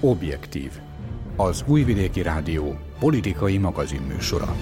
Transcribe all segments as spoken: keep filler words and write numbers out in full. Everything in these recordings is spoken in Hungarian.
Objektív, az Újvidéki Rádió politikai magazinműsora.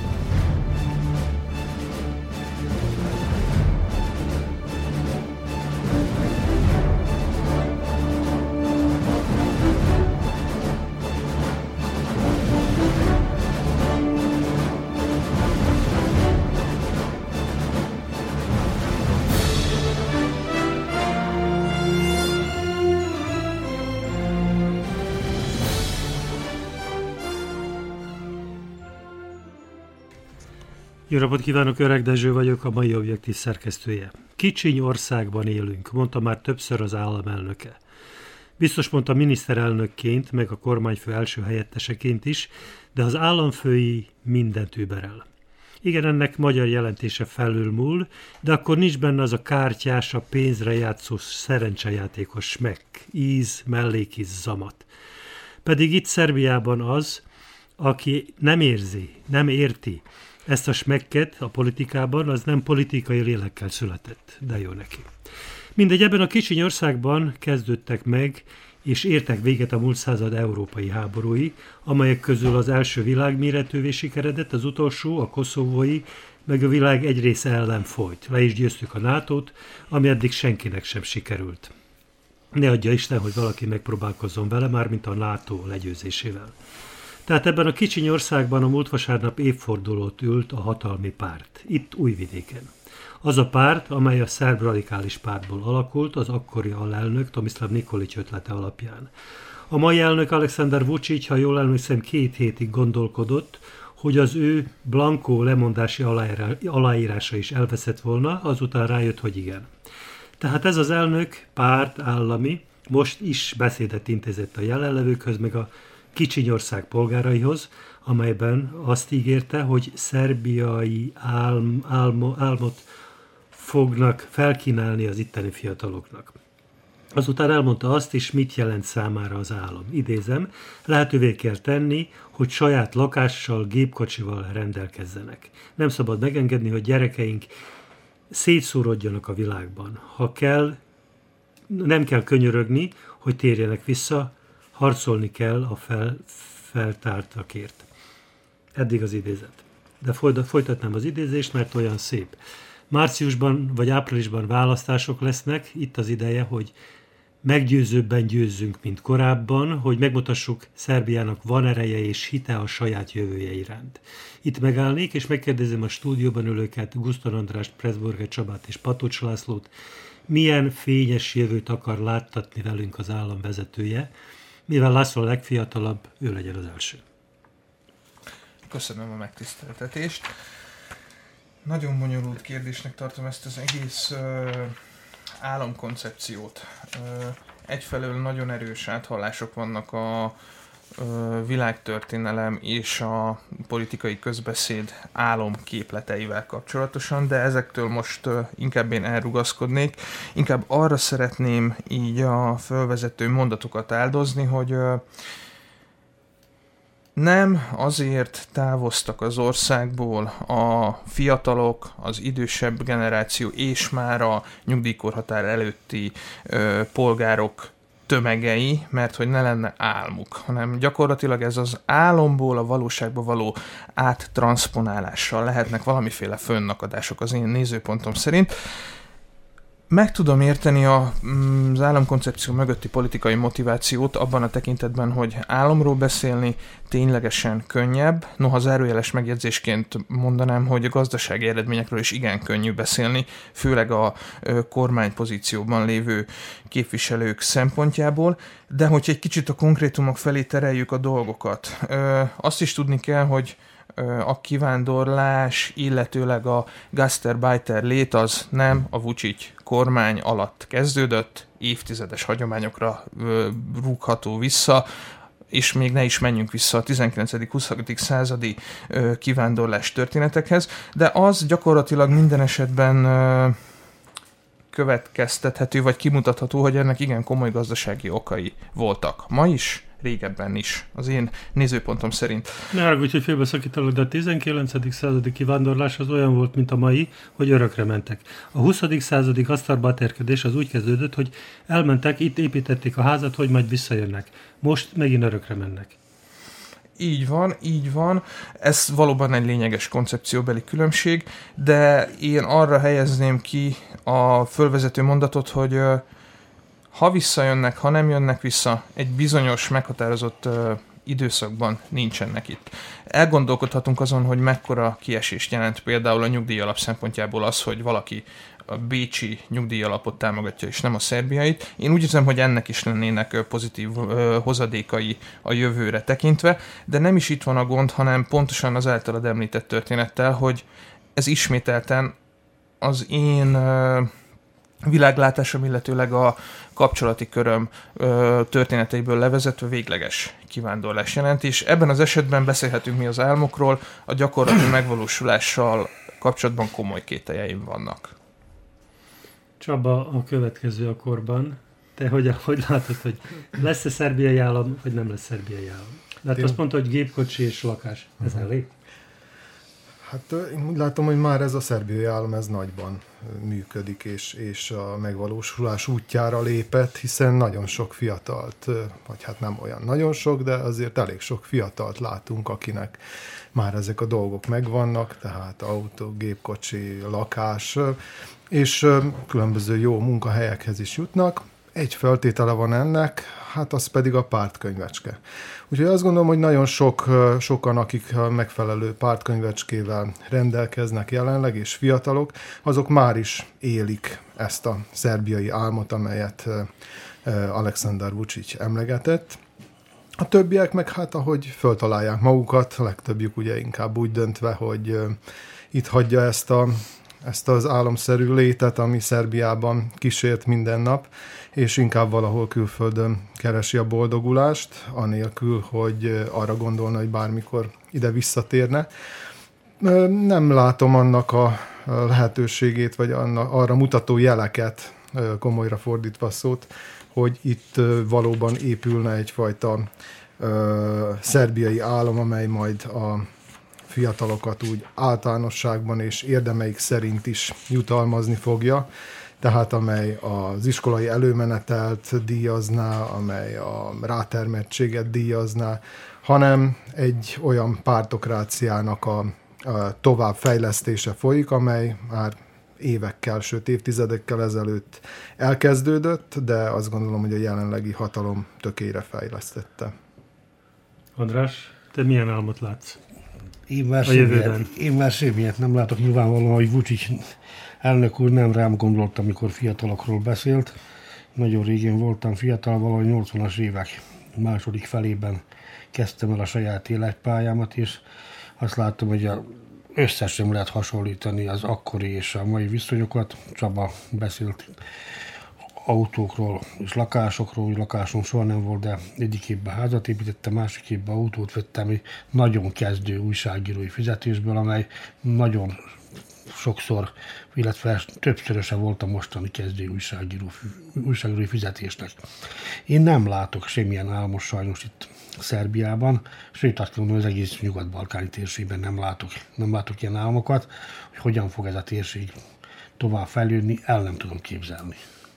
Jó napot kívánok, Öreg Dezső vagyok, a mai Objektív szerkesztője. Kicsiny országban élünk, mondta már többször az államelnöke. Biztos mondta miniszterelnökként, meg a kormányfő első helyetteseként is, de az államfői mindent überel. Igen, ennek magyar jelentése felülmúl, de akkor nincs benne az a kártyás, a pénzre játszó szerencsejátékos smek, íz, mellékíz, zamat. Pedig itt Szerbiában az, aki nem érzi, nem érti ezt a smekket a politikában, az nem politikai lélekkel született, de jó neki. Mindegy, ebben a kicsiny országban kezdődtek meg, és értek véget a múlt század európai háborúi, amelyek közül az első világméretűvé sikeredett, az utolsó, a koszovói, meg a világ egy része ellen folyt. Le is győztük a nátót, ami eddig senkinek sem sikerült. Ne adja Isten, hogy valaki megpróbálkozzon vele, mármint a NATO legyőzésével. Tehát ebben a kicsiny országban a múlt vasárnap évfordulót ült a hatalmi párt, itt Újvidéken. Az a párt, amely a szerb radikális pártból alakult, az akkori alelnök Tomislav Nikolić ötlete alapján. A mai elnök Aleksandar Vučić, ha jól emlékszem, két hétig gondolkodott, hogy az ő blankó lemondási aláírása is elveszett volna, azután rájött, hogy igen. Tehát ez az elnök párt állami most is beszédet intézett a jelenlevőkhöz, meg a kicsiny ország polgáraihoz, amelyben azt ígérte, hogy szerbiai álm, álmo, álmot fognak felkínálni az itteni fiataloknak. Azután elmondta azt is, mit jelent számára az álom. Idézem, lehetővé kell tenni, hogy saját lakással, gépkocsival rendelkezzenek. Nem szabad megengedni, hogy gyerekeink szétszórodjanak a világban. Ha kell, nem kell könyörögni, hogy térjenek vissza, harcolni kell a fel, feltártakért. Eddig az idézet. De folytatnám az idézést, mert olyan szép. Márciusban vagy áprilisban választások lesznek, itt az ideje, hogy meggyőzőbben győzzünk, mint korábban, hogy megmutassuk, Szerbiának van ereje és hite a saját jövője iránt. Itt megállnék, és megkérdezem a stúdióban ülőket, Guszton Andrást, Pressburger Csabát és Patocs Lászlót, milyen fényes jövőt akar láttatni velünk az állam vezetője, mivel László a legfiatalabb, ő legyen az első. Köszönöm a megtiszteltetést. Nagyon bonyolult kérdésnek tartom ezt az egész uh, államkoncepciót. Uh, egyfelől nagyon erős áthallások vannak a uh, világtörténelem és a politikai közbeszéd álomképleteivel kapcsolatosan, de ezektől most uh, inkább én elrugaszkodnék. Inkább arra szeretném így a fölvezető mondatokat áldozni, hogy uh, nem azért távoztak az országból a fiatalok, az idősebb generáció és már a nyugdíjkorhatár előtti ö, polgárok tömegei, mert hogy ne lenne álmuk, hanem gyakorlatilag ez az álomból a valóságba való áttranszponálással lehetnek valamiféle fönnakadások az én nézőpontom szerint. Meg tudom érteni a, az államkoncepció mögötti politikai motivációt abban a tekintetben, hogy álomról beszélni ténylegesen könnyebb, noha zárójeles megjegyzésként mondanám, hogy a gazdasági eredményekről is igen könnyű beszélni, főleg a kormánypozícióban lévő képviselők szempontjából, de hogyha egy kicsit a konkrétumok felé tereljük a dolgokat, azt is tudni kell, hogy a kivándorlás, illetőleg a Gastarbeiter lét az nem a Vučić kormány alatt kezdődött, évtizedes hagyományokra rúgható vissza, és még ne is menjünk vissza a tizenkilencedik-huszadik századi kivándorlás történetekhez, de az gyakorlatilag minden esetben következtethető, vagy kimutatható, hogy ennek igen komoly gazdasági okai voltak. Ma is régebben is, az én nézőpontom szerint. Ne haragudj, hogy félbeszakítalak, de a tizenkilencedik századi kivándorlás az olyan volt, mint a mai, hogy örökre mentek. A huszadik századi asztalbatérkedés az úgy kezdődött, hogy elmentek, itt építették a házat, hogy majd visszajönnek. Most megint örökre mennek. Így van, így van. Ez valóban egy lényeges koncepcióbeli különbség, de én arra helyezném ki a fölvezető mondatot, hogy ha visszajönnek, ha nem jönnek vissza, egy bizonyos meghatározott időszakban nincsenek itt. Elgondolkodhatunk azon, hogy mekkora kiesést jelent például a nyugdíjalap szempontjából az, hogy valaki a bécsi nyugdíjalapot támogatja, és nem a szerbiait. Én úgy hiszem, hogy ennek is lennének pozitív hozadékai a jövőre tekintve, de nem is itt van a gond, hanem pontosan az általad említett történettel, hogy ez ismételten az én világlátásom, illetőleg a kapcsolati köröm ö, történeteiből levezetve végleges kivándorlás jelent, és ebben az esetben beszélhetünk mi az álmokról, a gyakorlati megvalósulással kapcsolatban komoly kételjeim vannak. Csaba, a következő a korban. Te hogy, hogy látod, hogy lesz-e szerbiai állam, vagy nem lesz szerbiai állam? Lehet Én... azt mondta, hogy gépkocsi és lakás. Ez uh-huh. elég? Hát én úgy látom, hogy már ez a szerbiai állam ez nagyban működik, és, és a megvalósulás útjára lépett, hiszen nagyon sok fiatalt, vagy hát nem olyan nagyon sok, de azért elég sok fiatalt látunk, akinek már ezek a dolgok megvannak, tehát autó, gépkocsi, lakás, és különböző jó munkahelyekhez is jutnak. Egy feltétele van ennek, hát az pedig a pártkönyvecske. Úgyhogy azt gondolom, hogy nagyon sok, sokan, akik megfelelő pártkönyvecskével rendelkeznek jelenleg, és fiatalok, azok már is élik ezt a szerbiai álmot, amelyet Aleksandar Vučić emlegetett. A többiek meg hát, ahogy föltalálják magukat, a legtöbbjük ugye inkább úgy döntve, hogy itt hagyja ezt a ezt az álomszerű létet, ami Szerbiában kísért minden nap, és inkább valahol külföldön keresi a boldogulást, anélkül, hogy arra gondolna, hogy bármikor ide visszatérne. Nem látom annak a lehetőségét, vagy arra mutató jeleket, komolyra fordítva a szót, hogy itt valóban épülne egyfajta szerbiai álom, amely majd a fiatalokat úgy általánosságban és érdemeik szerint is jutalmazni fogja, tehát amely az iskolai előmenetelt díjazná, amely a rátermettséget díjazná, hanem egy olyan pártokráciának a, a továbbfejlesztése folyik, amely már évekkel, sőt évtizedekkel ezelőtt elkezdődött, de azt gondolom, hogy a jelenlegi hatalom tökére fejlesztette. András, te milyen álmot látsz? Én már, semmilyet, én már semmilyet nem látok, nyilvánvalóan, hogy Vučić elnök úr nem rám gondolt, amikor fiatalokról beszélt. Nagyon régen voltam fiatal, valahogy nyolcvanas évek második felében kezdtem el a saját életpályámat, és azt láttam, hogy a összes sem lehet hasonlítani az akkori és a mai viszonyokat. Csaba beszélt autókról és lakásokról, úgy lakásom soha nem volt, de egyik évben házat építettem, másik évben autót vettem egy nagyon kezdő újságírói fizetésből, amely nagyon sokszor, illetve többszöröse volt a mostani kezdő újságíró, újságírói fizetésnek. Én nem látok semmilyen álmos sajnos itt Szerbiában, sőt azt mondom, az egész nyugat-balkáni térségben nem látok, nem látok ilyen álmokat, hogy hogyan fog ez a térség tovább fejlődni, el nem tudom képzelni.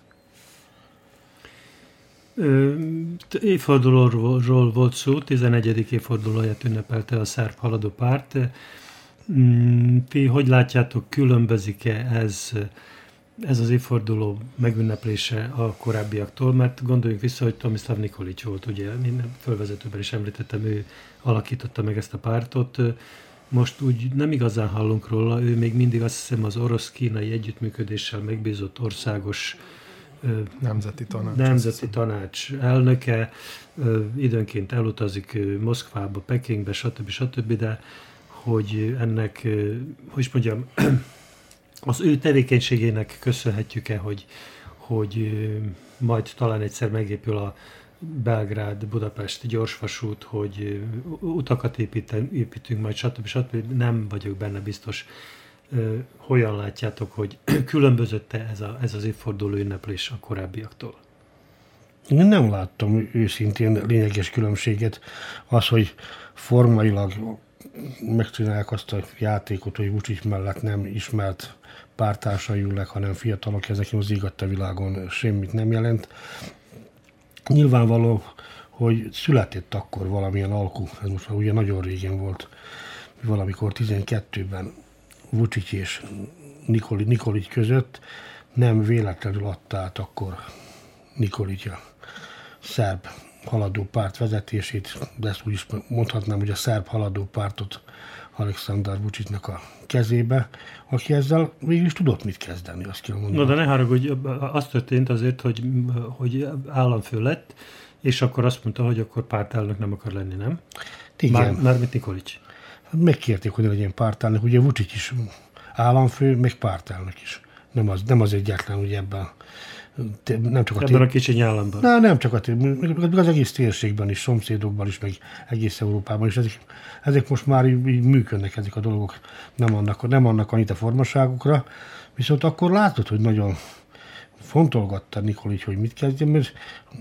Évfordulóról volt szó, tizenegyedik évfordulóját ünnepelte a szerb haladó párt. Ti hogy látjátok, különbözik-e ez, ez az évforduló megünneplése a korábbiaktól? Mert gondoljunk vissza, hogy Tomislav Nikolić volt, ugye, minden fölvezetőben is említettem, ő alakította meg ezt a pártot. Most úgy nem igazán hallunk róla, ő még mindig azt hiszem az orosz-kínai együttműködéssel megbízott országos Nemzeti tanács. Nemzeti tanács elnöke, időnként elutazik Moszkvába, Pekingbe, stb. stb., de hogy ennek, hogy is mondjam, az ő tevékenységének köszönhetjük-e, hogy, hogy majd talán egyszer megépül a Belgrád-Budapest gyorsvasút, hogy utakat építünk majd, stb. stb. Nem vagyok benne biztos. Hogyan látjátok, hogy különbözött-e ez, a, ez az évforduló ünneplés a korábbiaktól? Én nem láttam őszintén lényeges különbséget. Az, hogy formailag megcsinálják azt a játékot, hogy Vučić mellett nem ismert pártársai ülnek, hanem fiatalok, ezek az ég a világon semmit nem jelent. Nyilvánvaló, hogy született akkor valamilyen alkú, ez most már ugye nagyon régen volt, valamikor tizenkettőben Vučić és Nikolić, Nikolić között, nem véletlenül adta át akkor Nikolić a szerb haladó párt vezetését, de ezt úgy is mondhatnám, hogy a szerb haladó pártot Aleksandar Vučićnak a kezébe, aki ezzel végül is tudott mit kezdeni, azt kell mondani. No, de ne haragudj, az történt azért, hogy, hogy államfő lett, és akkor azt mondta, hogy akkor pártelnök nem akar lenni, nem? Igen. Már, mármint Nikolić. Megkérték, hogy ne legyen pártelnök. Ugye Vučić is államfő, meg pártelnök is. Nem az, nem az egyetlen, ugye ebben. Nem csak a ebben tér... a kicsiny államban. Na, nem csak a tér... meg az egész térségben is, szomszédokban is, meg egész Európában is. Ezek, ezek most már így, így működnek, ezek a dolgok. Nem annak, nem annak annyit a formaságukra. Viszont akkor látod, hogy nagyon fontolgatta Nikolić, hogy mit kezdjen, mert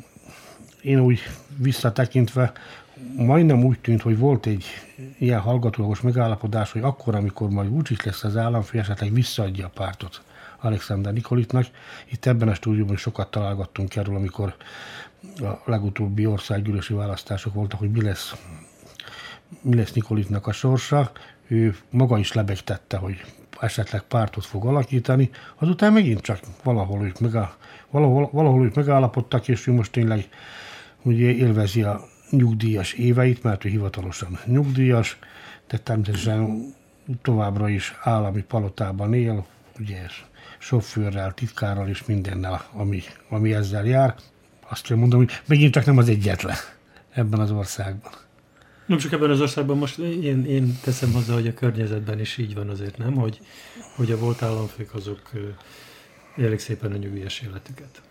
én úgy visszatekintve majdnem úgy tűnt, hogy volt egy ilyen hallgatólagos megállapodás, hogy akkor, amikor majd Vučić lesz az államfő, esetleg visszaadja a pártot Aleksandar Nikolićnak. Itt ebben a stúdióban sokat találgattunk erről, amikor a legutóbbi országgyűlési választások voltak, hogy mi lesz, mi lesz Nikolićnak a sorsa. Ő maga is lebegtette, hogy esetleg pártot fog alakítani. Azután megint csak valahol ők, megá, valahol, valahol ők megállapodtak, és ő most tényleg ugye élvezi a nyugdíjas éveit, mert ő hivatalosan nyugdíjas, de természetesen továbbra is állami palotában él, ugye sofőrrel, titkárral és mindennel, ami, ami ezzel jár. Azt kell mondom, hogy megint csak nem az egyetlen ebben az országban. Nem csak ebben az országban, most én, én teszem hozzá, hogy a környezetben is így van azért, nem? Hogy, hogy a volt államfők azok élik szépen a nyugdíjas életüket.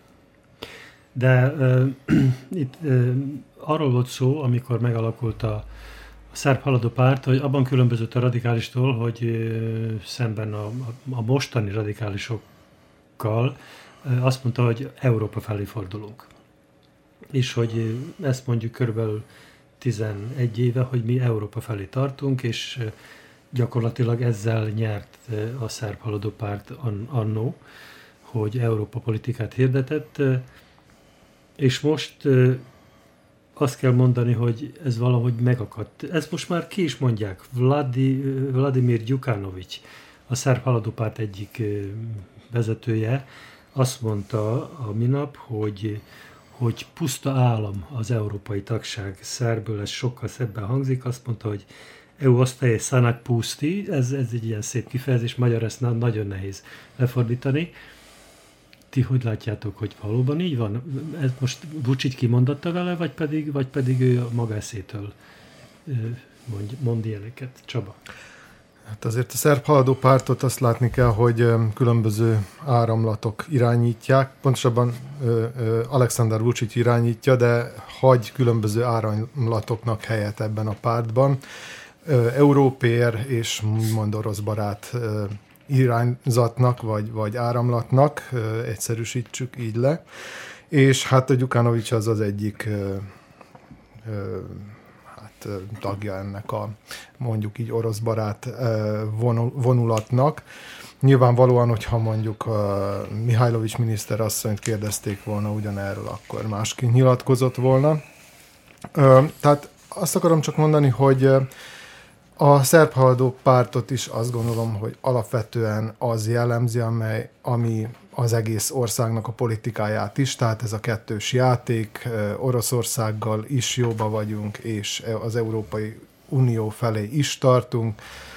De uh, itt uh, arról volt szó, amikor megalakult a, a szerb haladó párt, hogy abban különbözött a radikálistól, hogy uh, szemben a, a, a mostani radikálisokkal uh, azt mondta, hogy Európa felé fordulunk. És hogy uh, ezt mondjuk körülbelül tizenegy éve, hogy mi Európa felé tartunk, és uh, gyakorlatilag ezzel nyert uh, a szerb haladó párt an, annó, hogy Európa politikát hirdetett, uh, és most uh, azt kell mondani, hogy ez valahogy megakadt. Ezt most már ki is mondják. Vladi, uh, Vladimir Đukanović, a szerb haladó párt egyik uh, vezetője, azt mondta a minap, hogy, hogy puszta állam az európai tagság. Szerből ez sokkal szebben hangzik. Azt mondta, hogy EU osztály szanak puszti, ez, ez egy ilyen szép kifejezés, magyar ezt nagyon nehéz lefordítani. Ti hogy látjátok, hogy valóban így van? Ez most Vučić kimondatta vele, vagy pedig, vagy pedig ő a magászétől mond, mond ilyeneket? Csaba? Hát azért a szerb haladó pártot azt látni kell, hogy különböző áramlatok irányítják, pontosabban Aleksandar Vučić irányítja, de hagy különböző áramlatoknak helyet ebben a pártban. Európér és úgymond orosz barát irányzatnak, vagy, vagy áramlatnak, egyszerűsítsük így le. És hát a Đukanović az az egyik hát, tagja ennek a mondjuk így orosz barát vonulatnak. Nyilvánvalóan, hogyha mondjuk a Mihajlović miniszterasszonyt kérdezték volna ugyanerről, akkor másként nyilatkozott volna. Tehát azt akarom csak mondani, hogy a szerb haladó pártot is azt gondolom, hogy alapvetően az jellemzi, amely, ami az egész országnak a politikáját is, tehát ez a kettős játék, Oroszországgal is jóba vagyunk, és az Európai Unió felé is tartunk,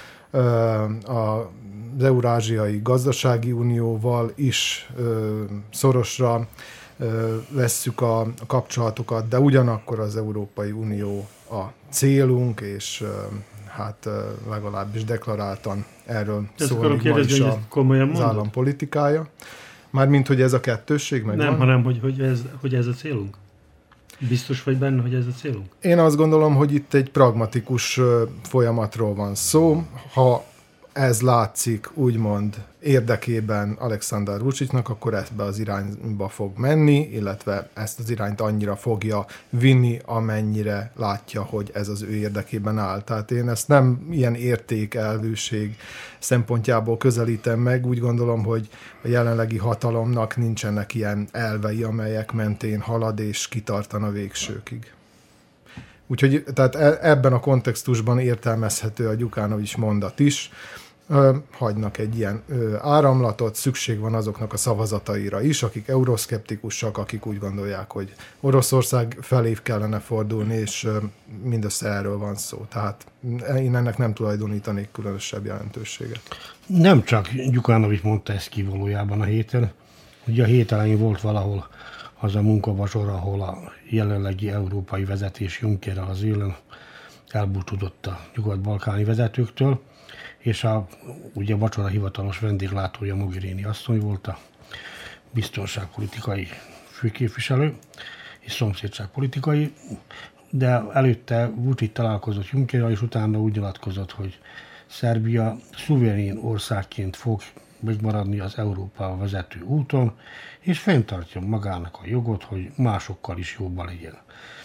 az Eurázsiai Gazdasági Unióval is szorosra vesszük a kapcsolatokat, de ugyanakkor az Európai Unió a célunk, és hát legalábbis deklaráltan erről szól még ma is a, az állampolitikája. Mármint, hogy ez a kettősség megvan? Nem, hanem, hogy, hogy, ez, hogy ez a célunk. Biztos vagy benne, hogy ez a célunk? Én azt gondolom, hogy itt egy pragmatikus folyamatról van szó. Ha ez látszik úgymond érdekében Alexander Vučićnak, akkor ebbe az irányba fog menni, illetve ezt az irányt annyira fogja vinni, amennyire látja, hogy ez az ő érdekében áll. Tehát én ezt nem ilyen értékelvűség szempontjából közelítem meg, úgy gondolom, hogy a jelenlegi hatalomnak nincsenek ilyen elvei, amelyek mentén halad és kitartana végsőkig. Úgyhogy tehát ebben a kontextusban értelmezhető a Gyukanovics mondat is. Hagynak egy ilyen áramlatot, szükség van azoknak a szavazataira is, akik euroszkeptikusak, akik úgy gondolják, hogy Oroszország felé kellene fordulni, és mindössze erről van szó. Tehát én ennek nem tulajdonítanék különösebb jelentőséget. Nem csak Gyukanovics mondta ezt ki valójában a héten. Ugye a hét elején volt valahol az a munkavacsora, ahol a jelenlegi európai vezetés Junckerrel az élen elbúcsúzott a nyugat-balkáni vezetőktől, és a, ugye a vacsora hivatalos vendéglátója Mogherini asszony volt, a biztonságpolitikai főképviselő és szomszédságpolitikai, de előtte Vučić találkozott Junckerrel, és utána úgy nyilatkozott, hogy Szerbia szuverén országként fog megmaradni az Európával vezető úton, és fenntartja magának a jogot, hogy másokkal is jobban legyen.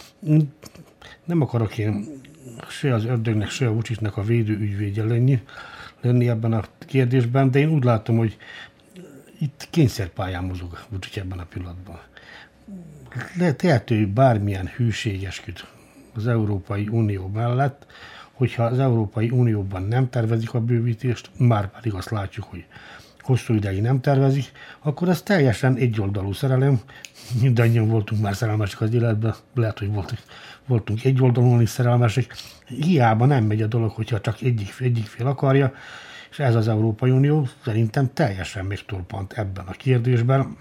Nem akarok én se az ördögnek, se a Vučićnak a védőügyvédje lenni, lenni ebben a kérdésben, de én úgy látom, hogy itt kényszerpályán mozog Vučić ebben a pillanatban. Tehető bármilyen hűségesküt az Európai Unió mellett, hogyha az Európai Unióban nem tervezik a bővítést, már pedig azt látjuk, hogy hosszú ideig nem tervezik, akkor ez teljesen egyoldalú szerelem. Mindannyian voltunk már szerelmesek az életben, lehet, hogy voltunk, voltunk egyoldalúan is szerelmesek. Hiába nem megy a dolog, hogyha csak egyik, egyik fél akarja, és ez az Európai Unió szerintem teljesen megtorpant ebben a kérdésben,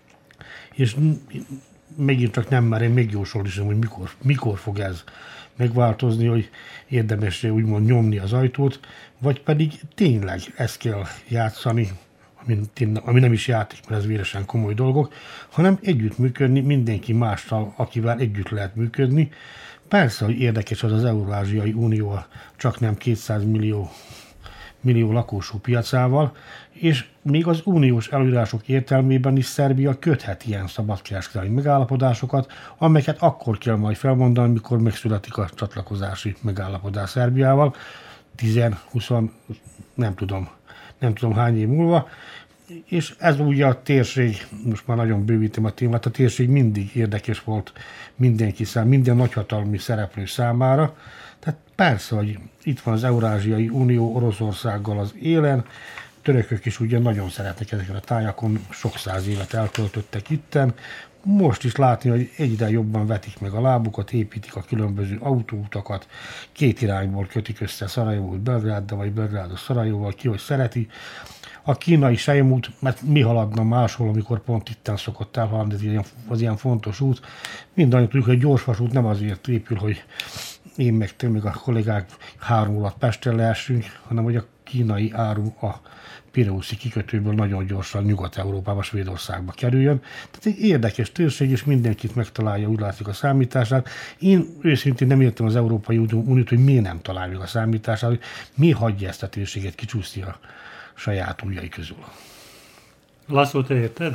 és megint csak nem merem megjósolni sem, hogy mikor, mikor fog ez megváltozni, hogy érdemes úgymond nyomni az ajtót, vagy pedig tényleg ezt kell játszani, ami, ami nem is játék, mert ez véresen komoly dolgok, hanem együttműködni mindenki mással, akivel együtt lehet működni. Persze, hogy érdekes az az Eurázsiai Unió csak nem kétszáz millió, millió lakosú piacával, és még az uniós előírások értelmében is Szerbia köthet ilyen szabadkereskedelmi megállapodásokat, amelyeket akkor kell majd felmondani, mikor megszületik a csatlakozási megállapodás Szerbiával, tíz, húsz, nem tudom, nem tudom hány év múlva, és ez ugye a térség, most már nagyon bővítem a témát, a térség mindig érdekes volt mindenki számára, minden nagyhatalmi szereplő számára. Tehát persze, hogy itt van az Eurázsiai Unió Oroszországgal az élen, törökök is ugye nagyon szeretnek ezeken a tájakon, sok száz évet eltöltöttek itten. Most is látni, hogy egyre jobban vetik meg a lábukat, építik a különböző autóutakat, két irányból kötik össze Szarajevót Belgráddal, vagy Belgrádot Szarajóval, ki hogy szereti. A kínai sejemút, mert mi haladna máshol, amikor pont itten szokott elhaladni, ez ilyen, az ilyen fontos út. Mindannyian tudjuk, hogy gyorsvasút nem azért épül, hogy én meg te, meg a kollégák három alatt Pestre leessünk, hanem hogy a kínai áru a Pireuszi kikötőből nagyon gyorsan Nyugat-Európába, Svédországba kerüljön. Tehát egy érdekes térség, és mindenkit megtalálja, úgy látszik a számítását. Én őszintén nem értem az Európai Uniót, hogy miért nem találjuk a számítását, hogy mi hagyja ezt a térséget kicsúszni a saját ujjai közül. László, te érted?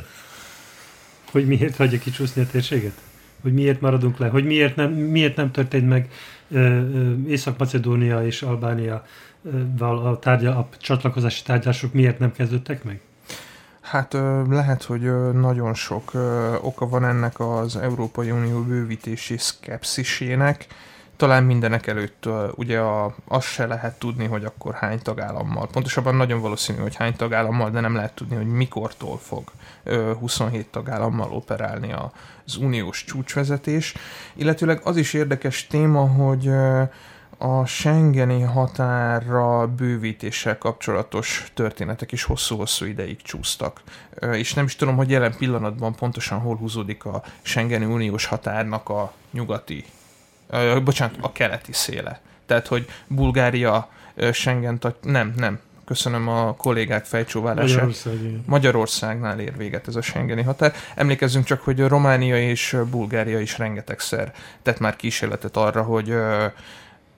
Hogy miért hagyja kicsúszni a térséget? Hogy miért maradunk le? Hogy miért nem, miért nem történt meg Észak-Macedónia és Albánia a, tárgyal, a csatlakozási tárgyalások miért nem kezdődtek meg? Hát lehet, hogy nagyon sok oka van ennek az Európai Unió bővítési szkepszisének. Talán mindenek előtt ugye a, azt se lehet tudni, hogy akkor hány tagállammal. Pontosabban nagyon valószínű, hogy hány tagállammal, de nem lehet tudni, hogy mikortól fog huszonhét tagállammal operálni az uniós csúcsvezetés. Illetőleg az is érdekes téma, hogy a schengeni határra bővítéssel kapcsolatos történetek is hosszú-hosszú ideig csúsztak. És nem is tudom, hogy jelen pillanatban pontosan hol húzódik a schengeni uniós határnak a nyugati, uh, bocsánat, a keleti széle. Tehát, hogy Bulgária uh, Schengen, nem, nem, köszönöm a kollégák fejcsóválását. Magyarország, Magyarországnál ér véget ez a schengeni határ. Emlékezzünk csak, hogy Románia és Bulgária is rengetegszer tett már kísérletet arra, hogy uh,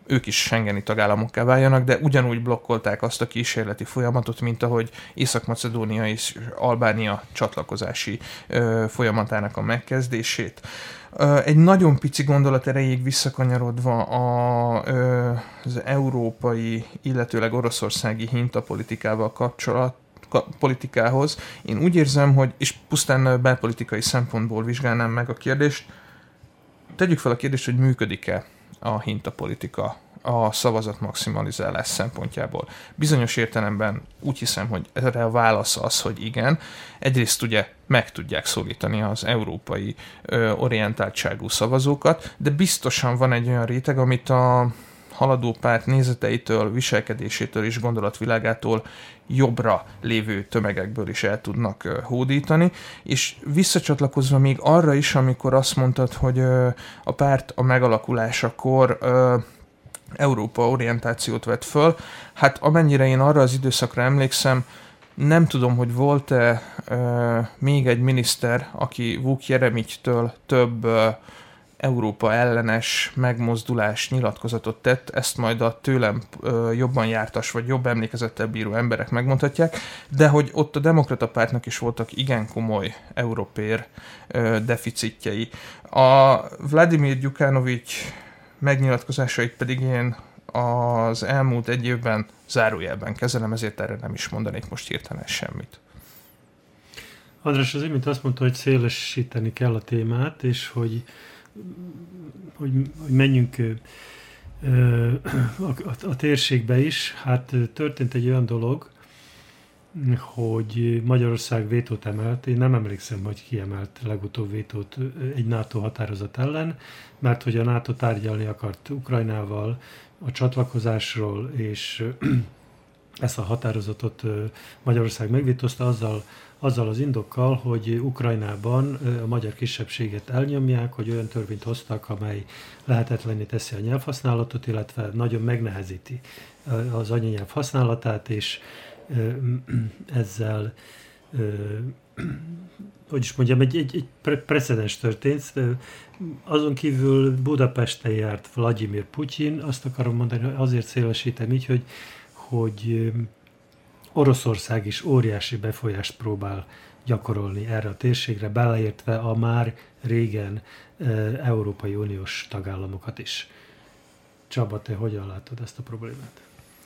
ők is schengeni tagállamokká váljanak, de ugyanúgy blokkolták azt a kísérleti folyamatot, mint ahogy Észak-Macedónia és Albánia csatlakozási ö, folyamatának a megkezdését. Ö, egy nagyon pici gondolat erejéig visszakanyarodva a, ö, az európai, illetőleg oroszországi hintapolitikával kapcsolat, politikához. Én úgy érzem, hogy, és pusztán belpolitikai szempontból vizsgálnám meg a kérdést, tegyük fel a kérdést, hogy működik-e a hintapolitika a szavazat maximalizálás szempontjából. Bizonyos értelemben úgy hiszem, hogy erre a válasz az, hogy igen. Egyrészt ugye meg tudják szólítani az európai ö, orientáltságú szavazókat, de biztosan van egy olyan réteg, amit a haladó párt nézeteitől, viselkedésétől és gondolatvilágától jobbra lévő tömegekből is el tudnak uh, hódítani, és visszacsatlakozva még arra is, amikor azt mondtad, hogy uh, a párt a megalakulásakor uh, Európa orientációt vett föl, hát amennyire én arra az időszakra emlékszem, nem tudom, hogy volt-e uh, még egy miniszter, aki Vuk Jeremicsitől több uh, Európa ellenes megmozdulás nyilatkozatot tett, ezt majd a tőlem ö, jobban jártas vagy jobb emlékezettel bíró emberek megmondhatják, de hogy ott a demokrata pártnak is voltak igen komoly európér ö, deficitjei. A Vladimir Gyukanovics megnyilatkozásait pedig én az elmúlt egy évben zárójelben kezelem, ezért erre nem is mondanék most hirtelen semmit. András az imént azt mondta, hogy szélesíteni kell a témát, és hogy Hogy, hogy menjünk a, a, a térségbe is. Hát történt egy olyan dolog, hogy Magyarország vétót emelt. Én nem emlékszem, hogy ki emelt legutóbb vétót egy NATO határozat ellen, mert hogy a NATO tárgyalni akart Ukrajnával a csatlakozásról, és ezt a határozatot Magyarország megvétózta azzal, azzal az indokkal, hogy Ukrajnában a magyar kisebbséget elnyomják, hogy olyan törvényt hoztak, amely lehetetlenné teszi a nyelvhasználatot, illetve nagyon megnehezíti az anyanyelv használatát, és ezzel, hogy is mondjam, egy, egy, egy precedens történt. Azon kívül Budapesten járt Vladimir Putyin, azt akarom mondani, hogy azért szélesítem így, hogy, hogy Oroszország is óriási befolyást próbál gyakorolni erre a térségre, beleértve a már régen e, Európai Uniós tagállamokat is. Csaba, te hogyan látod ezt a problémát?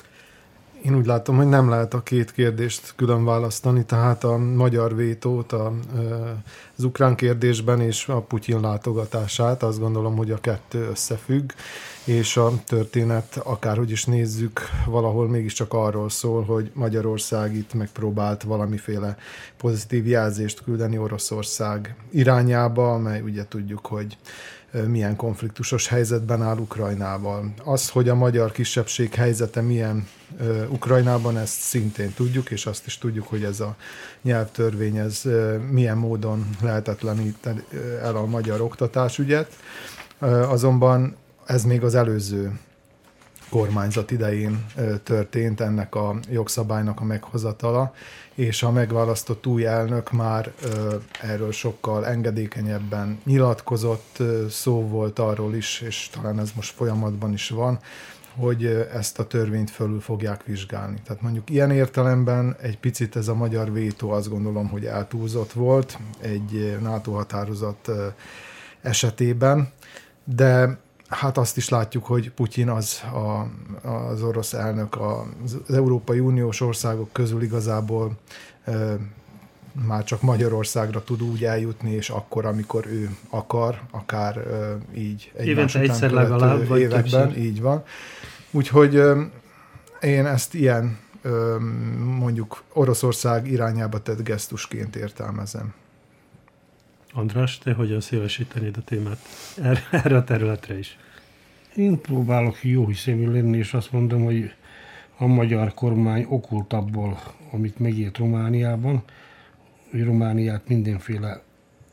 Én úgy látom, hogy nem lehet a két kérdést külön választani, tehát a magyar vétót a, az ukrán kérdésben és a Putyin látogatását, azt gondolom, hogy a kettő összefügg, és a történet, akárhogy is nézzük, valahol mégiscsak arról szól, hogy Magyarország itt megpróbált valamiféle pozitív jelzést küldeni Oroszország irányába, amely ugye tudjuk, hogy milyen konfliktusos helyzetben áll Ukrajnával. Az, hogy a magyar kisebbség helyzete milyen uh, Ukrajnában, ezt szintén tudjuk, és azt is tudjuk, hogy ez a nyelvtörvény ez uh, milyen módon lehetetlenít el a magyar oktatásügyet. Uh, azonban ez még az előző kormányzat idején uh, történt ennek a jogszabálynak a meghozatala, és a megválasztott új elnök már ö, erről sokkal engedékenyebben nyilatkozott, ö, szó volt arról is, és talán ez most folyamatban is van, hogy ö, ezt a törvényt fölül fogják vizsgálni. Tehát mondjuk ilyen értelemben egy picit ez a magyar vétó, azt gondolom, hogy eltúlzott volt egy NATO határozat ö, esetében, de hát azt is látjuk, hogy Putyin az, a, az orosz elnök az Európai Uniós országok közül igazából e, már csak Magyarországra tud úgy eljutni, és akkor, amikor ő akar, akár e, így egymás után egyszer legalább, vagy években, többször. Így van. Úgyhogy e, én ezt ilyen e, mondjuk Oroszország irányába tett gesztusként értelmezem. András, te hogyan szélesítenéd a témát erre, erre a területre is? Én próbálok jó hiszemű lenni, és azt mondom, hogy a magyar kormány okult abból, amit megélt Romániában, hogy Romániát mindenféle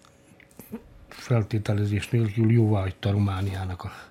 feltételezés nélkül jóváhagyta Romániának a,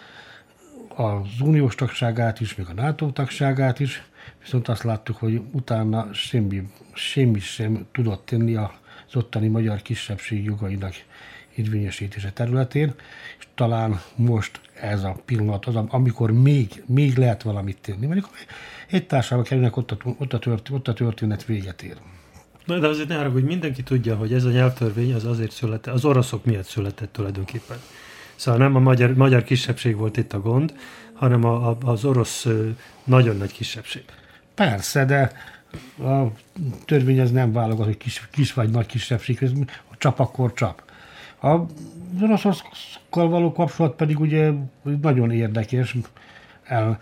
az uniós tagságát is, meg a NATO tagságát is, viszont azt láttuk, hogy utána semmi, semmi sem tudott tenni az ottani magyar kisebbség jogainak érvényesítése területén, és talán most ez a pillanat az, amikor még, még lehet valamit tenni. Mondjuk egy társadalomba kerülnek, ott a, ott, a történet, ott a történet véget ér. Na, de azért ne haragudj, hogy mindenki tudja, hogy ez a nyelvtörvény az azért született, az oroszok miatt született tulajdonképpen. Szóval nem a magyar, magyar kisebbség volt itt a gond, hanem a, a, az orosz nagyon nagy kisebbség. Persze, de a törvény az nem válogat, hogy kis, kis vagy nagy kisebbség, csap akkor csap. Az oroszokkal való kapcsolat pedig ugye nagyon érdekes, el,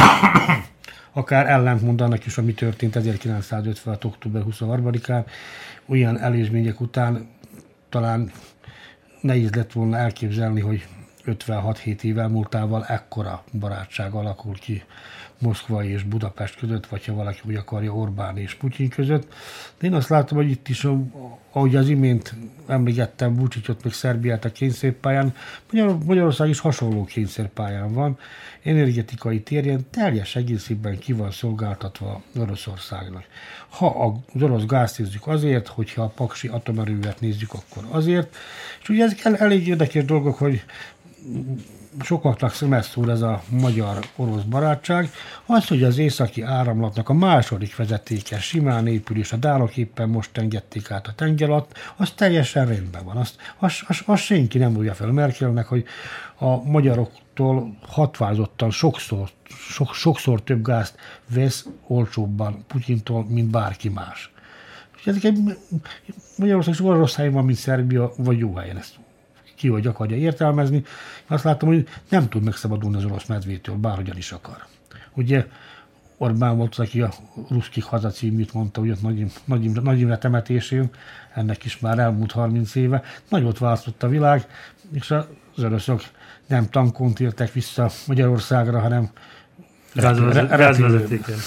akár ellentmond annak is, ami történt ezerkilencszázötvenhat. október huszonharmadikán, olyan elismények után talán nehéz lett volna elképzelni, hogy ötvenhat-hét év elmúltával ekkora barátság alakul ki Moszkva és Budapest között, vagy ha valaki úgy akarja, Orbán és Putyin között. De én azt látom, hogy itt is, ahogy az imént emlékeztem Vučićot, meg Szerbiát a kényszerpályán, Magyarország is hasonló kényszerpályán van, energetikai térjen teljes egészében ki van szolgáltatva Oroszországnak. Ha az orosz gázt nézzük azért, hogyha a paksi atomerővet nézzük, akkor azért. És ugye ezek elég érdekes dolgok, hogy sokaknak szemeszúr ez a magyar-orosz barátság, az, hogy az északi áramlatnak a második vezetéke simán épül, és a dánok éppen most engedték át a tenger alatt, az teljesen rendben van. Azt, azt, azt, azt senki nem újja fel Merkelnek, hogy a magyaroktól hatványozottan sokszor, sok, sokszor több gázt vesz olcsóbban Putyintól, mint bárki más. És ezek egy Magyarország is olyan rossz helyen van, mint Szerbia, vagy jó helyen ezt ki hogy akarja értelmezni. Azt látom, hogy nem tud megszabadulni az orosz medvétől, bárhogyan is akar. Ugye Orbán volt, aki a Ruszkik haza címűt mondta, ugye Nagy, Nagy, Imre, Nagy Imre temetésén, ennek is már elmúlt harminc éve, nagyot változott a világ, és az oroszok nem tankon tértek vissza Magyarországra, hanem gázvezetéken.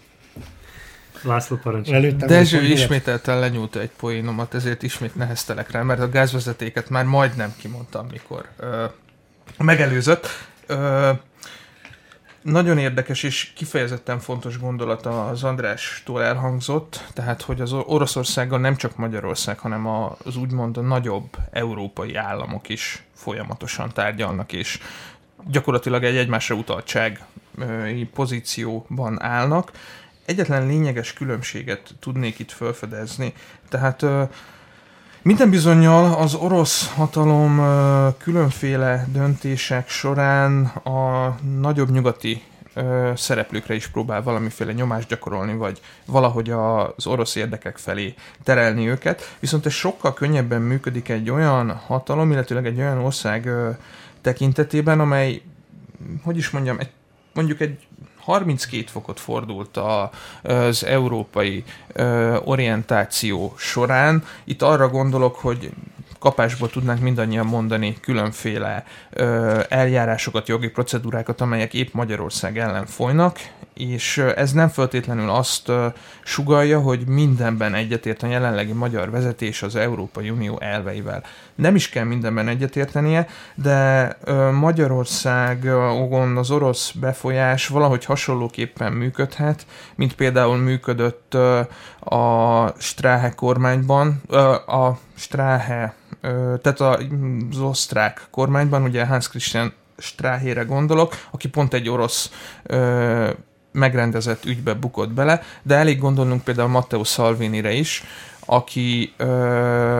László parancsol. Dezső ismételten lenyúlt egy poénomat, ezért ismét neheztelek rá, mert a gázvezetéket már majdnem kimondtam, mikor ö, megelőzött. Ö, nagyon érdekes és kifejezetten fontos gondolata az Andrástól elhangzott, tehát, hogy az Oroszországgal nem csak Magyarország, hanem az úgymond a nagyobb európai államok is folyamatosan tárgyalnak, és gyakorlatilag egy egymásra utaltság pozícióban állnak. Egyetlen lényeges különbséget tudnék itt felfedezni. Tehát minden bizonnyal az orosz hatalom különféle döntések során a nagyobb nyugati szereplőkre is próbál valamiféle nyomást gyakorolni, vagy valahogy az orosz érdekek felé terelni őket. Viszont ez sokkal könnyebben működik egy olyan hatalom, illetőleg egy olyan ország tekintetében, amely, hogy is mondjam, egy, mondjuk egy harminckét fokot fordult a, az európai ö, orientáció során. Itt arra gondolok, hogy kapásból tudnánk mindannyian mondani különféle ö, eljárásokat, jogi procedúrákat, amelyek épp Magyarország ellen folynak, és ez nem feltétlenül azt ö, sugallja, hogy mindenben egyetért a jelenlegi magyar vezetés az Európai Unió elveivel. Nem is kell mindenben egyetértenie, de ö, Magyarországon az orosz befolyás valahogy hasonlóképpen működhet, mint például működött ö, a Strahe kormányban, ö, a Strahe, ö, tehát az osztrák kormányban, ugye Hans Christian Strahére gondolok, aki pont egy orosz ö, megrendezett ügybe bukott bele, de elég gondolnunk például Matteo Salvinire is, aki ö,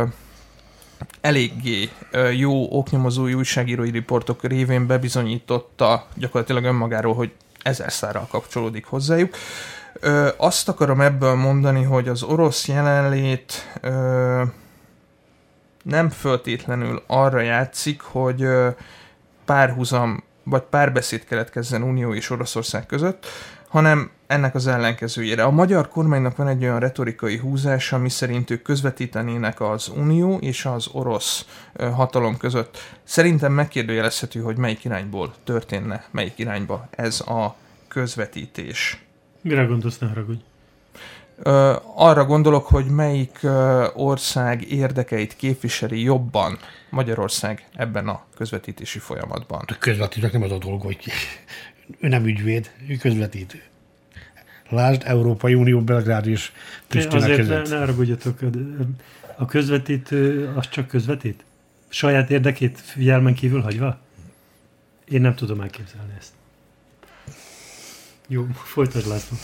eléggé ö, jó oknyomozói újságírói riportok révén bebizonyította gyakorlatilag önmagáról, hogy ezer szárral kapcsolódik hozzájuk. Ö, azt akarom ebből mondani, hogy az orosz jelenlét ö, nem föltétlenül arra játszik, hogy ö, párhuzam vagy párbeszéd keletkezzen Unió és Oroszország között, hanem ennek az ellenkezőjére. A magyar kormánynak van egy olyan retorikai húzása, ami szerint ők közvetítenének az Unió és az orosz hatalom között. Szerintem megkérdőjelezhető, hogy melyik irányból történne, melyik irányba ez a közvetítés. Mire gondolsz, ne haragudj? Arra gondolok, hogy melyik ország érdekeit képviseli jobban Magyarország ebben a közvetítési folyamatban. A közvetítőnek nem az a dolga, hogy ő nem ügyvéd, ő közvetítő. Lásd, Európai Unió, Belgrád és Pristina között. Azért ne, ne haragudjatok, a közvetítő az csak közvetít? saját érdekét figyelmen kívül hagyva? Én nem tudom elképzelni ezt. Jó, folytasd, László.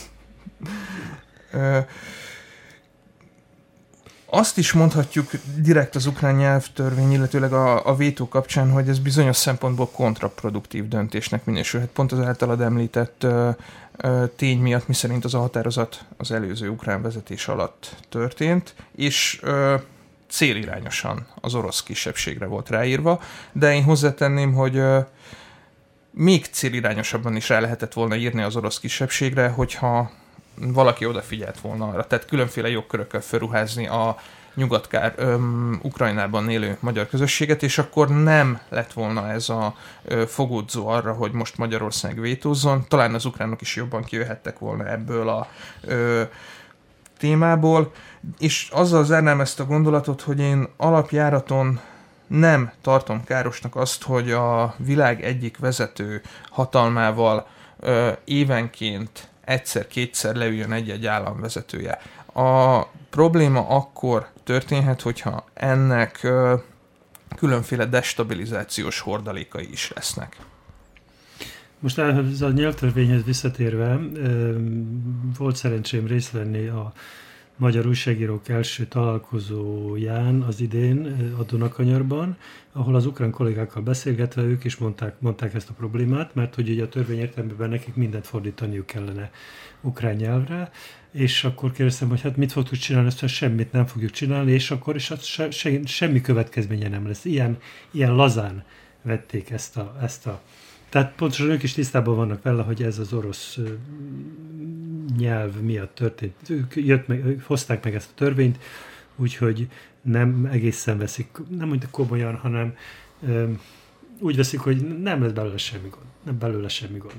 Azt is mondhatjuk direkt az ukrán nyelvtörvény, illetőleg a, a vétó kapcsán, hogy ez bizonyos szempontból kontraproduktív döntésnek minősülhet. Pont az általad említett ö, ö, tény miatt, miszerint az a határozat az előző ukrán vezetés alatt történt, és ö, célirányosan az orosz kisebbségre volt ráírva, de én hozzátenném, hogy ö, még célirányosabban is rá lehetett volna írni az orosz kisebbségre, hogyha valaki odafigyelt volna arra. Tehát különféle jogkörökkel felruházni a nyugatkár öm, Ukrajnában élő magyar közösséget, és akkor nem lett volna ez a ö, fogódzó arra, hogy most Magyarország vétózzon. Talán az ukránok is jobban kijöhettek volna ebből a ö, témából, és azzal zárnám ezt a gondolatot, hogy én alapjáraton nem tartom károsnak azt, hogy a világ egyik vezető hatalmával ö, évenként egyszer-kétszer leüljön egy-egy államvezetője. A probléma akkor történhet, hogyha ennek ö, különféle destabilizációs hordalékai is lesznek. Most ez a nyelvtörvényhez visszatérve, ö, volt szerencsém részt venni a magyar újságírók első találkozóján az idén a Dunakanyarban, ahol az ukrán kollégákkal beszélgetve ők is mondták, mondták ezt a problémát, mert hogy ugye a törvény értelmében nekik mindent fordítaniuk kellene ukrán nyelvre, és akkor kérdeztem, hogy hát mit fogtuk csinálni, ezt semmit nem fogjuk csinálni, és akkor is az se, se, semmi következménye nem lesz. Ilyen, ilyen lazán vették ezt a, ezt a Tehát pontosan ők is tisztában vannak vele, hogy ez az orosz nyelv miatt történt. Ők, jött meg, ők hozták meg ezt a törvényt, úgyhogy nem egészen veszik, nem mondjuk komolyan, hanem ö, úgy veszik, hogy nem lesz belőle semmi gond. Nem belőle semmi gond.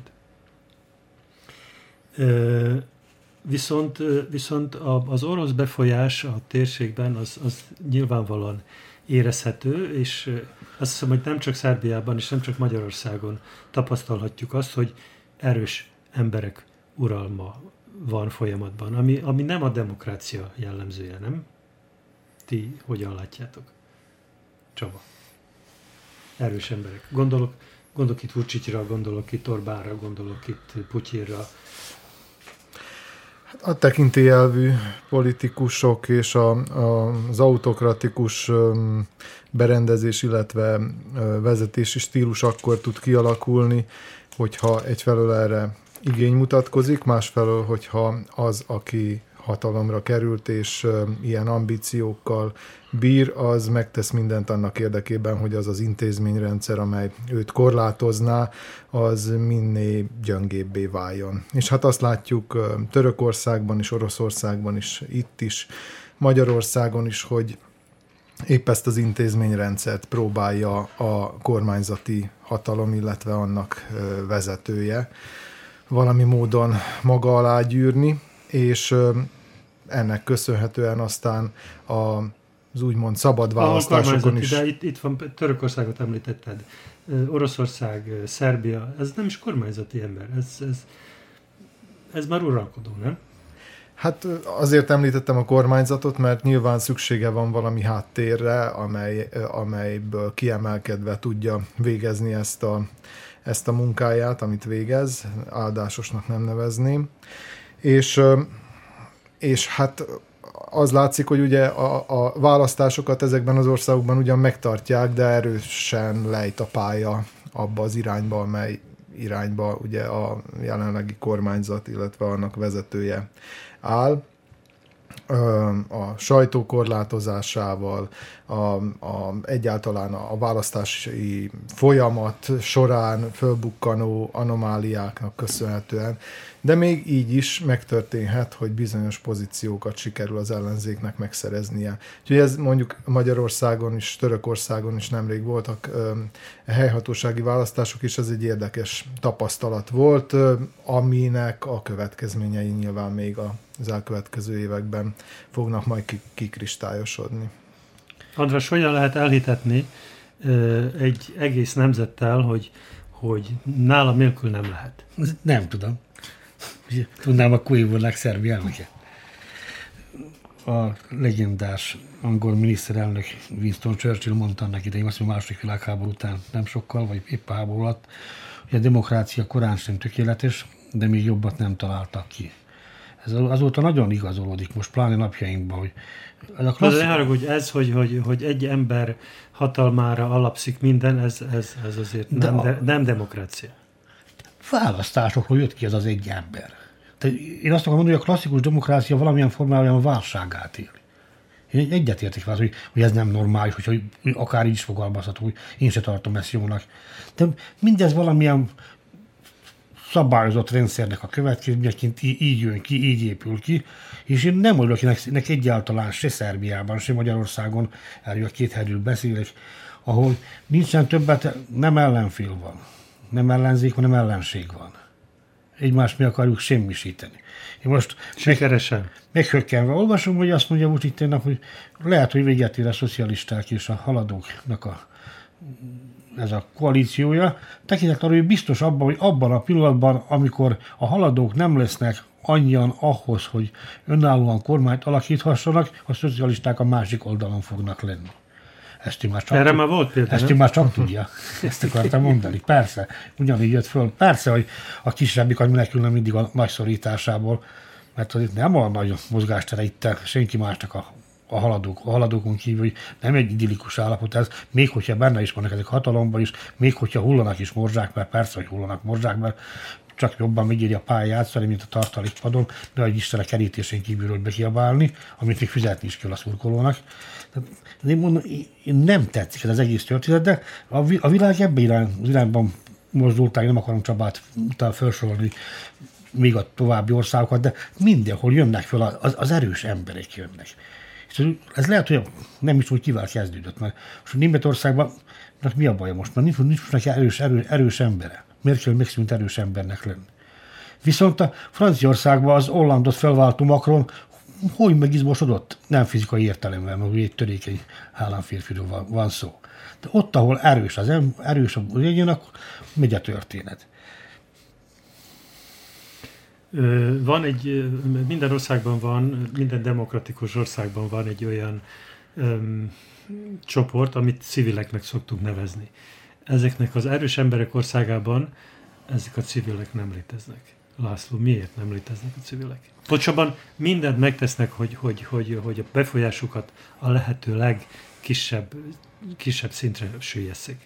Ö, viszont viszont az orosz befolyás a térségben az, az nyilvánvalóan érezhető, és azt hiszem, hogy nem csak Szerbiában és nem csak Magyarországon tapasztalhatjuk azt, hogy erős emberek uralma van folyamatban, ami, ami nem a demokrácia jellemzője, nem? Ti hogyan látjátok? Csaba. Erős emberek. Gondolok, gondolok itt Vučićra, gondolok itt Orbánra, gondolok itt Putyinra. A tekintélyelvű politikusok és a, a, az autokratikus berendezés, illetve vezetési stílus akkor tud kialakulni, hogyha egyfelől erre igény mutatkozik, másfelől, hogyha az, aki hatalomra került és ilyen ambíciókkal bír, az megtesz mindent annak érdekében, hogy az az intézményrendszer, amely őt korlátozná, az minél gyöngébbé váljon. És hát azt látjuk Törökországban is, Oroszországban is, itt is, Magyarországon is, hogy épp ezt az intézményrendszert próbálja a kormányzati hatalom, illetve annak vezetője valami módon maga alá gyűrni, és ennek köszönhetően aztán az úgymond szabad választásokon is... De itt, itt van, Törökországot említetted, Oroszország, Szerbia, ez nem is kormányzati ember, ez, ez, ez már uralkodó, nem? Hát azért említettem a kormányzatot, mert nyilván szüksége van valami háttérre, amely, amelyből kiemelkedve tudja végezni ezt a, ezt a munkáját, amit végez, áldásosnak nem nevezném. És, és hát az látszik, hogy ugye a, a választásokat ezekben az országokban ugyan megtartják, de erősen lejt a pálya abba az irányba, amely irányba ugye a jelenlegi kormányzat, illetve annak vezetője áll. A sajtó korlátozásával, a, a, egyáltalán a választási folyamat során fölbukkanó anomáliáknak köszönhetően, de még így is megtörténhet, hogy bizonyos pozíciókat sikerül az ellenzéknek megszereznie. Úgyhogy ez mondjuk Magyarországon is, Törökországon is nemrég voltak ö, helyhatósági választások, és ez egy érdekes tapasztalat volt, ö, aminek a következményei nyilván még az elkövetkező években fognak majd kikristályosodni. András, hogyan lehet elhitetni ö, egy egész nemzettel, hogy, hogy nála nélkül nem lehet? Nem tudom. Tudnám, a Kuivornak Szerbiának. a legendás angol miniszterelnök Winston Churchill mondta annak idején, azt mondja, második világháború után nem sokkal, vagy épp a háború alatt, hogy a demokrácia korán sem tökéletes, de még jobbat nem találtak ki. Ez azóta nagyon igazolódik most, pláne napjainkban, hogy ez a klasszik... De ne haragudj, ez, hogy, hogy, hogy egy ember hatalmára alapszik minden, ez, ez, ez azért de nem, a... de, nem demokrácia. Választásokról jött ki ez az egy ember. Tehát én azt akarom mondani, hogy a klasszikus demokrácia valamilyen formában a válságát éli. Én egyetértek vele, hogy, hogy ez nem normális, hogy, hogy akár így is fogalmazható, hogy én se tartom ezt jónak. De mindez valamilyen szabályozott rendszernek a következményeként így jön ki, így épül ki, és én nem vagyok, akinek egyáltalán se Szerbiában, se Magyarországon, erről a két helyről beszélek, ahol nincsen többet, nem ellenfél van, nem ellenzék, hanem ellenség van. Egymást mi akarjuk semmisíteni. Én most sikeresen meghökkenve olvasom, hogy azt mondja Vučić, hogy lehet, hogy véget ér a szocialisták és a haladóknak a ez a koalíciója, tekintet arra, hogy biztos abban, hogy abban a pillanatban, amikor a haladók nem lesznek annyian ahhoz, hogy önállóan kormányt alakíthassanak, a szocialisták a másik oldalon fognak lenni. Ezt ő már csak, Erre már volt például, ezt ő már csak tudja. Ezt akartam mondani. Persze, ugyanígy jött föl. Persze, hogy a kisebbik, hogy menekülne mindig a nagy szorításából, mert az itt nem a nagy mozgástere itt senki másnak a A, haladók, a haladókon kívül, hogy nem egy idillikus állapot ez, még hogyha benne is vannak ezek hatalomban is, még hogyha hullanak is morzsák, mert persze, hogy hullanak morzsák, mert csak jobban megéri a pályát játszani, mint a tartalékpadon, de egy Isten a kerítésén kívülről bekiabálni, amit még fizetni is kell a szurkolónak. De én mondom, én nem tetszik ez az egész történet, de a világ ebben irány, az irányban mozdult, nem akarom Csabát utána felsorolni még a további országokat, de mindenhol jönnek fel, az, az erős emberek jönnek. Ez lehet, hogy nem is úgy kivel kezdődött, mert most Németországban mi a baja most? Mert nincs, nincs neki erős, erős, erős embere. Miért kell megszűnt erős embernek lenni? Viszont a Franciaországban az Hollandot felváltó Macron hogy megizmosodott? Nem fizikai értelemben, mert egy törékeny államférfiről van, van szó. De ott, ahol erős az ember, erős a lényen, akkor megy a történet. Van egy, minden országban van, minden demokratikus országban van egy olyan um, csoport, amit civileknek szoktunk nevezni. Ezeknek az erős emberek országában ezek a civilek nem léteznek. László, miért nem léteznek a civilek? Pontosabban mindent megtesznek, hogy, hogy, hogy, hogy a befolyásukat a lehető legkisebb kisebb szintre süllyeszik.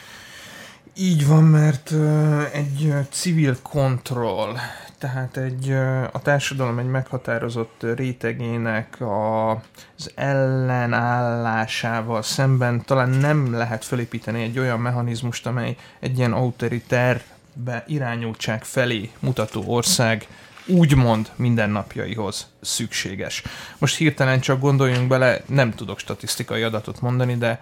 Így van, mert uh, egy uh, civil kontroll, tehát egy, uh, a társadalom egy meghatározott rétegének a, az ellenállásával szemben talán nem lehet felépíteni egy olyan mechanizmust, amely egy ilyen autoriterbe irányultság felé mutató ország úgymond mindennapjaihoz szükséges. Most hirtelen csak gondoljunk bele, nem tudok statisztikai adatot mondani, de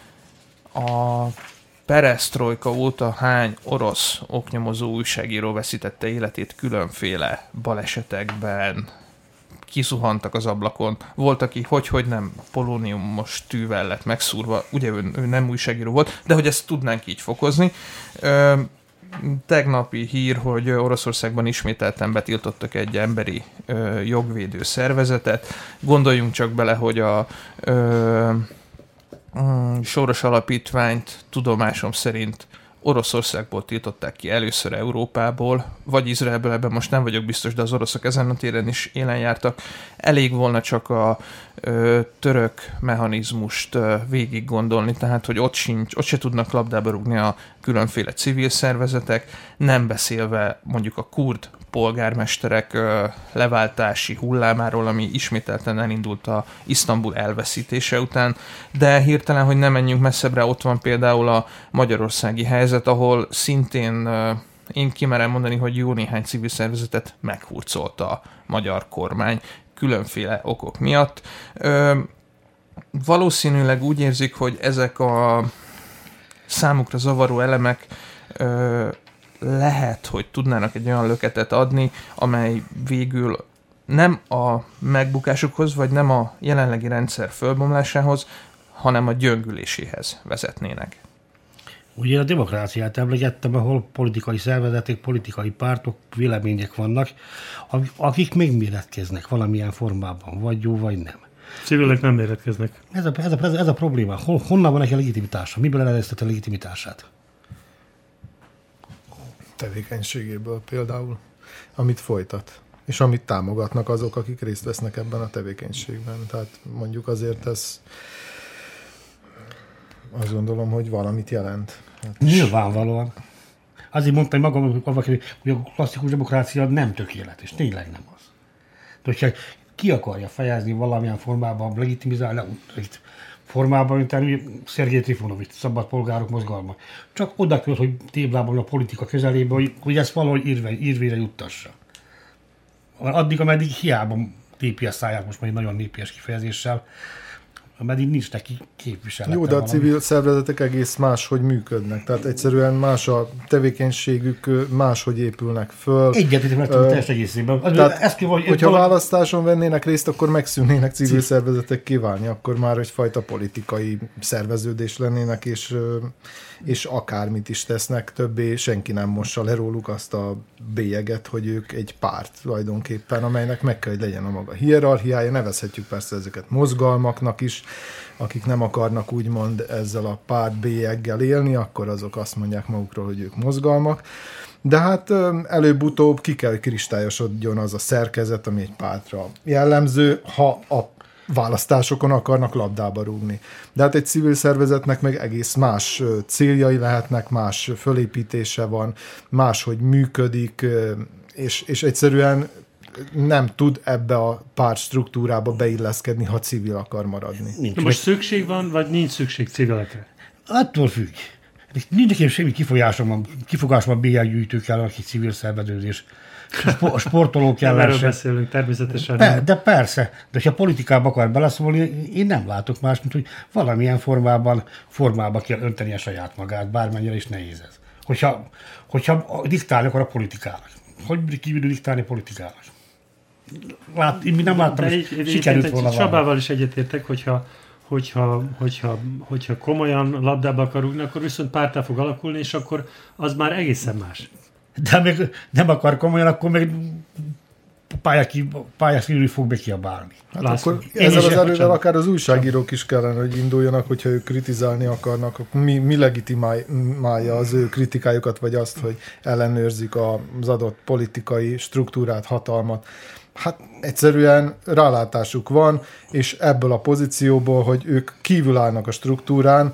a peresztrojka óta hány orosz oknyomozó újságíró veszítette életét különféle balesetekben, kizuhantak az ablakon. Volt, aki hogy-hogy nem polóniumos tűvel lett megszúrva, ugye ő, ő nem újságíró volt, de hogy ezt tudnánk így fokozni. Ö, tegnapi hír, hogy Oroszországban ismételten betiltottak egy emberi ö, jogvédő szervezetet. Gondoljunk csak bele, hogy a ö, Mm, Soros Alapítványt tudomásom szerint Oroszországból tiltották ki először Európából, vagy Izraelből, ebben most nem vagyok biztos, de az oroszok ezen a téren is élen jártak. Elég volna csak a ö, török mechanizmust ö, végig gondolni, tehát hogy ott, sincs, ott se tudnak labdába rúgni a különféle civil szervezetek, nem beszélve mondjuk a kurd polgármesterek ö, leváltási hullámáról, ami ismételten elindult a Isztambul elveszítése után, de hirtelen, hogy nem menjünk messzebbre, ott van például a magyarországi helyzet, ahol szintén ö, én kimerem mondani, hogy jó néhány civil szervezetet meghurcolt a magyar kormány különféle okok miatt. Ö, valószínűleg úgy érzik, hogy ezek a számukra zavaró elemek ö, lehet, hogy tudnának egy olyan löketet adni, amely végül nem a megbukásukhoz, vagy nem a jelenlegi rendszer fölbomlásához, hanem a gyöngüléséhez vezetnének. Ugye a demokráciát emlegettem, ahol politikai szervezetek, politikai pártok, vélemények vannak, akik megméretkeznek valamilyen formában, vagy jó, vagy nem. Civilek nem méretkeznek. Ez a, ez a, ez a, ez a probléma. Hol, honnan van neki a legitimitása? Miből eredeztet a legitimitását? Tevékenységéből például, amit folytat. És amit támogatnak azok, akik részt vesznek ebben a tevékenységben. Tehát mondjuk azért ez azt gondolom, hogy valamit jelent. Hát nyilvánvalóan. Azért mondtam magam, hogy a klasszikus demokrácia nem tökéletes, tényleg nem az. De hogyha ki akarja fejezni valamilyen formában, legitimizálni, formában, mint Szergej Trifonovics, szabad polgárok mozgalma. Csak oda költ, hogy téblában a politika közelébe, hogy, hogy ezt valahogy írve, írvére juttassa. Addig, ameddig hiába tépi a száját, most már egy nagyon népies kifejezéssel, ameddig nincs neki képviselete. Jó, de a valami. Civil szervezetek egész máshogy működnek. Tehát egyszerűen más a tevékenységük, máshogy épülnek föl. Egyetértek meg uh, teljes egészében. Tehát, ezt ki, vagy, hogyha valami... választáson vennének részt, akkor megszűnnének civil Cív. szervezetek kiválni, akkor már egyfajta politikai szerveződés lennének, és, és akármit is tesznek, többé senki nem mossa le róluk azt a bélyeget, hogy ők egy párt tulajdonképpen, amelynek meg kell, hogy legyen a maga hierarchiája. Nevezhetjük persze ezeket mozgalmaknak is, akik nem akarnak úgymond ezzel a párt bélyeggel élni, akkor azok azt mondják magukról, hogy ők mozgalmak. De hát előbb-utóbb ki kell, hogy kristályosodjon az a szerkezet, ami egy pártra jellemző, ha a választásokon akarnak labdába rúgni. De hát egy civil szervezetnek meg egész más céljai lehetnek, más fölépítése van, máshogy működik, és, és egyszerűen nem tud ebbe a párt struktúrába beilleszkedni, ha civil akar maradni. Nincs. Most szükség van, vagy nincs szükség civilekre? Attól függ. Nincs nekem semmi kifogásom, kifogásom a bélyeggyűjtőkkel, aki civil szerveződés. A sportolók ellen. Erről beszélünk természetesen. De, de persze, de ha politikába akar beleszólni, én nem látok más, mint hogy valamilyen formában, formába kell önteni a saját magát, bármennyire is nehéz ez. Hogyha, hogyha diktálni akar a politikának. Hogy kívül diktálni a politikának? Lát, én nem láttam, hogy sikerült volna valami. Csabával is egyetértek, hogyha, hogyha, hogyha, hogyha komolyan labdába akar rúgni, akkor viszont párttá fog alakulni, és akkor az már egészen más. De még nem akar komolyan, akkor meg pályakívül fog bekiabálni. Hát akkor ezzel az erővel akár az újságírók is kellene, hogy induljanak, hogyha ők kritizálni akarnak, akkor mi, mi legitimálja az ő kritikájukat, vagy azt, hogy ellenőrzik az adott politikai struktúrát, hatalmat. Hát egyszerűen rálátásuk van, és ebből a pozícióból, hogy ők kívül állnak a struktúrán,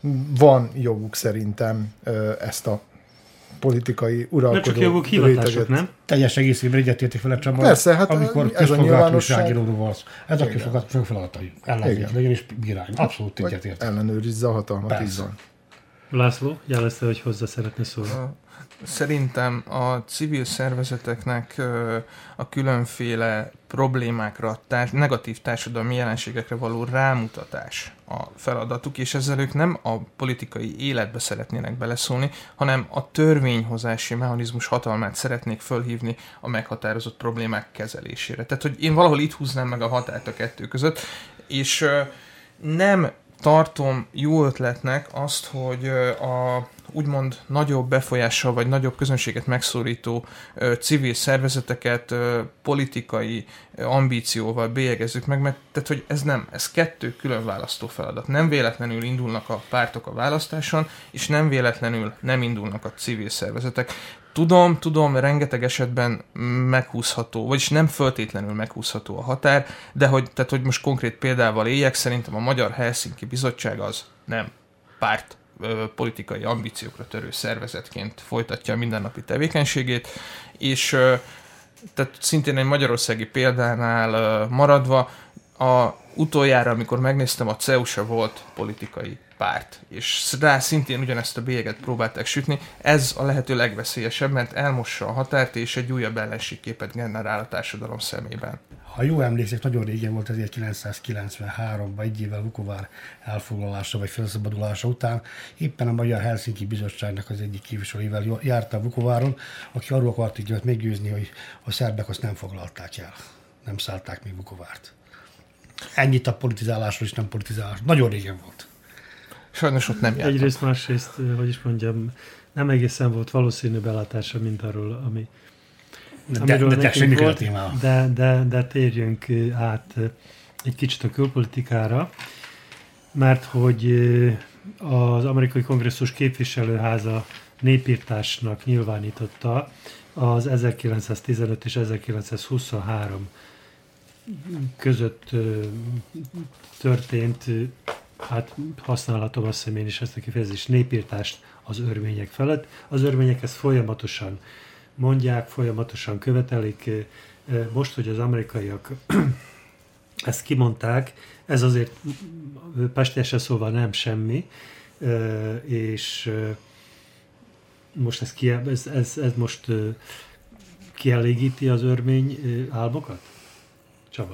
van joguk szerintem ezt a politikai uralkodó réteget. Nem csak joguk, hivatások, nem? Teljes egészében egyetértek vele, Csaba. Persze, hát amikor ez a nyilvánosság... van. Ez a közszolgáltató feladatai. Ellenzék legyen és bírálni. Abszolút egyetértek. Ellenőrizze a hatalmat, így van. László, jelezte, hogy hozzá szeretne szólni. Szerintem a civil szervezeteknek a különféle problémákra, társ, negatív társadalmi jelenségekre való rámutatás a feladatuk, és ezzel ők nem a politikai életbe szeretnének beleszólni, hanem a törvényhozási mechanizmus hatalmát szeretnék fölhívni a meghatározott problémák kezelésére. Tehát, hogy én valahol itt húznám meg a határt a kettő között, és nem tartom jó ötletnek azt, hogy a úgymond nagyobb befolyással vagy nagyobb közönséget megszólító ö, civil szervezeteket ö, politikai ö, ambícióval bélyegezzük meg, mert tehát, hogy ez nem, ez kettő külön választó feladat. Nem véletlenül indulnak a pártok a választáson, és nem véletlenül nem indulnak a civil szervezetek. Tudom, tudom, rengeteg esetben meghúzható, vagyis nem föltétlenül meghúzható a határ, de hogy, tehát, hogy most konkrét példával éljek, szerintem a Magyar Helsinki Bizottság az nem párt politikai ambíciókra törő szervezetként folytatja a mindennapi tevékenységét, és tehát szintén egy magyarországi példánál maradva, a utoljára, amikor megnéztem, a cé e u se volt politikai párt, és rá szintén ugyanezt a bélyeget próbálták sütni. Ez a lehető legveszélyesebb, mert elmossa a határt, és egy újabb ellenségképet generál a társadalom szemében. Ha jól emlékszek, nagyon régen volt, ezerkilencszázkilencvenháromban, egy évvel Vukovár elfoglalása vagy felszabadulása után, éppen a Magyar Helsinki Bizottságnak az egyik képviselőivel járta a Vukováron, aki arról akart meggyőzni, hogy a szerbek azt nem foglalták el, nem szállták még Vukovárt. Ennyit a politizálásról és nem politizálásról. Nagyon régen volt. Sajnos ott nem jártam. Egyrészt, másrészt, hogy is mondjam, nem egészen volt valószínű belátása, mint arról, ami de, de, de, volt, de, de, de térjünk át egy kicsit a külpolitikára, mert hogy az amerikai kongresszus képviselőháza népírtásnak nyilvánította az ezerkilencszáztizenöt és ezerkilencszázhuszonhárom között történt, hát használhatom azt hiszem én is ezt a kifejezést, népírtást az örmények felett. Az örmények ezt folyamatosan mondják, folyamatosan követelik. Most, hogy az amerikaiak ezt kimondták, ez azért pestésen szólva nem semmi, és most ez, ki, ez, ez, ez most kielégíti az örmény álmokat? Csaba.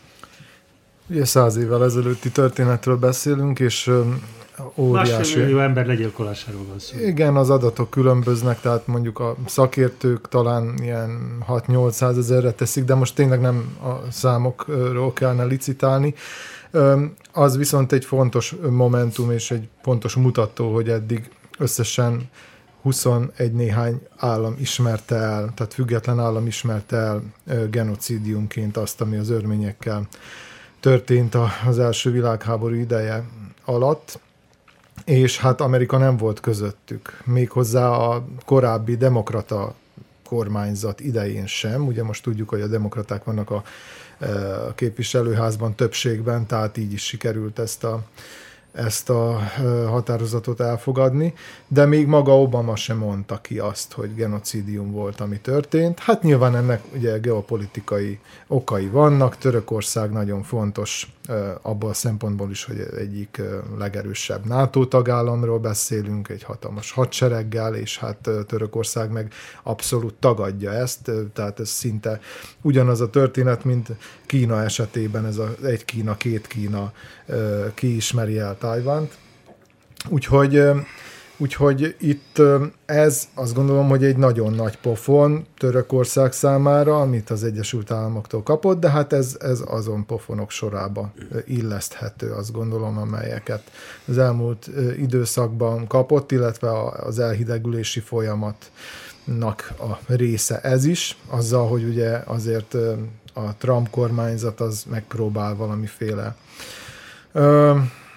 Ugye száz évvel ezelőtti történetről beszélünk, és óriási... Másfél millió ember legyilkolásáról van szó. Igen, az adatok különböznek, tehát mondjuk a szakértők talán ilyen hat-nyolcszázezerre teszik, de most tényleg nem a számokról kellene licitálni. Az viszont egy fontos momentum és egy fontos mutató, hogy eddig összesen huszonegy néhány állam ismerte el, tehát független állam ismerte el genocidiumként azt, ami az örményekkel történt az első világháború ideje alatt, és hát Amerika nem volt közöttük. Méghozzá a korábbi demokrata kormányzat idején sem. Ugye most tudjuk, hogy a demokraták vannak a, a képviselőházban többségben, tehát így is sikerült ezt a ezt a határozatot elfogadni, de még maga Obama sem mondta ki azt, hogy genocidium volt, ami történt. Hát nyilván ennek ugye geopolitikai okai vannak, Törökország nagyon fontos abban a szempontból is, hogy egyik legerősebb NATO tagállamról beszélünk, egy hatalmas hadsereggel, és hát Törökország meg abszolút tagadja ezt, tehát ez szinte ugyanaz a történet, mint Kína esetében, ez az egy Kína, két Kína, ki ismeri el Tajvant. Úgyhogy, úgyhogy itt ez azt gondolom, hogy egy nagyon nagy pofon Törökország számára, amit az Egyesült Államoktól kapott, de hát ez, ez azon pofonok sorába illeszthető, azt gondolom, amelyeket az elmúlt időszakban kapott, illetve az elhidegülési folyamatnak a része ez is, azzal, hogy ugye azért a Trump kormányzat az megpróbál valamiféle ö,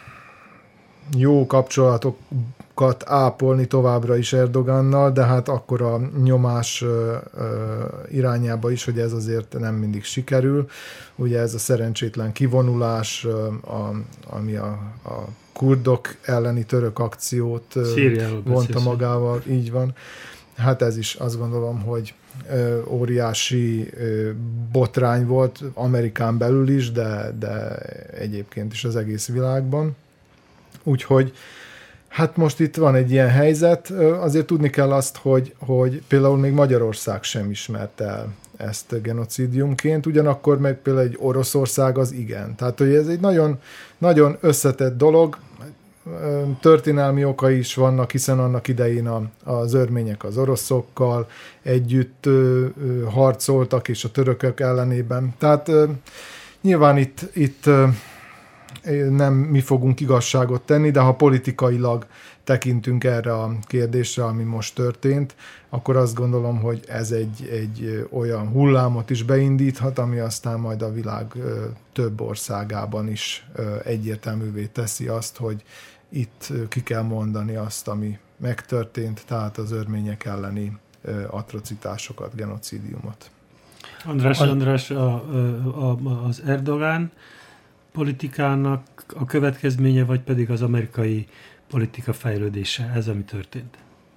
jó kapcsolatokat ápolni továbbra is Erdogannal, de hát akkor a nyomás ö, ö, irányába is, hogy ez azért nem mindig sikerül. Ugye ez a szerencsétlen kivonulás, ö, a, ami a, a kurdok elleni török akciót ö, vonta magával, így van. Hát ez is azt gondolom, hogy ö, óriási ö, botrány volt Amerikán belül is, de, de egyébként is az egész világban. Úgyhogy hát most itt van egy ilyen helyzet. Azért tudni kell azt, hogy, hogy például még Magyarország sem ismerte el ezt genocidiumként, ugyanakkor meg például egy Oroszország az igen. Tehát, hogy ez egy nagyon, nagyon összetett dolog, történelmi okai is vannak, hiszen annak idején a, az örmények az oroszokkal együtt ö, ö, harcoltak, és a törökök ellenében. Tehát ö, nyilván itt, itt ö, nem mi fogunk igazságot tenni, de ha politikailag tekintünk erre a kérdésre, ami most történt, akkor azt gondolom, hogy ez egy, egy olyan hullámot is beindíthat, ami aztán majd a világ ö, több országában is ö, egyértelművé teszi azt, hogy itt ki kell mondani azt, ami megtörtént, tehát az örmények elleni ö, atrocitásokat, genocidiumot. András, András a, a, az Erdogán politikának a következménye, vagy pedig az amerikai politika fejlődése, ez, ami történt?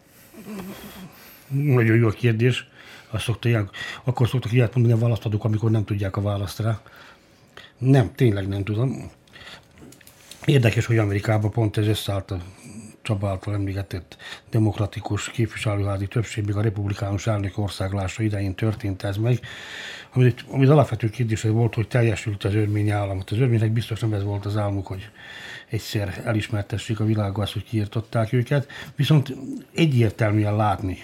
Nagyon jó a kérdés. Azt szokta ilyen, akkor szoktak ilyet mondani, választ adok, amikor nem tudják a választ rá. Nem, tényleg nem tudom. Érdekes, hogy Amerikában pont ez összeállt a Csaba által emlegetett demokratikus képviselőházi többség, még a republikánus elnök országlása idején történt ez meg. Amit, amit alapvető kérdés volt, hogy teljesült az örmény államot. Az örménynek biztos nem ez volt az álmuk, hogy egyszer elismertessék a világgal azt, hogy kiirtották őket. Viszont egyértelműen látni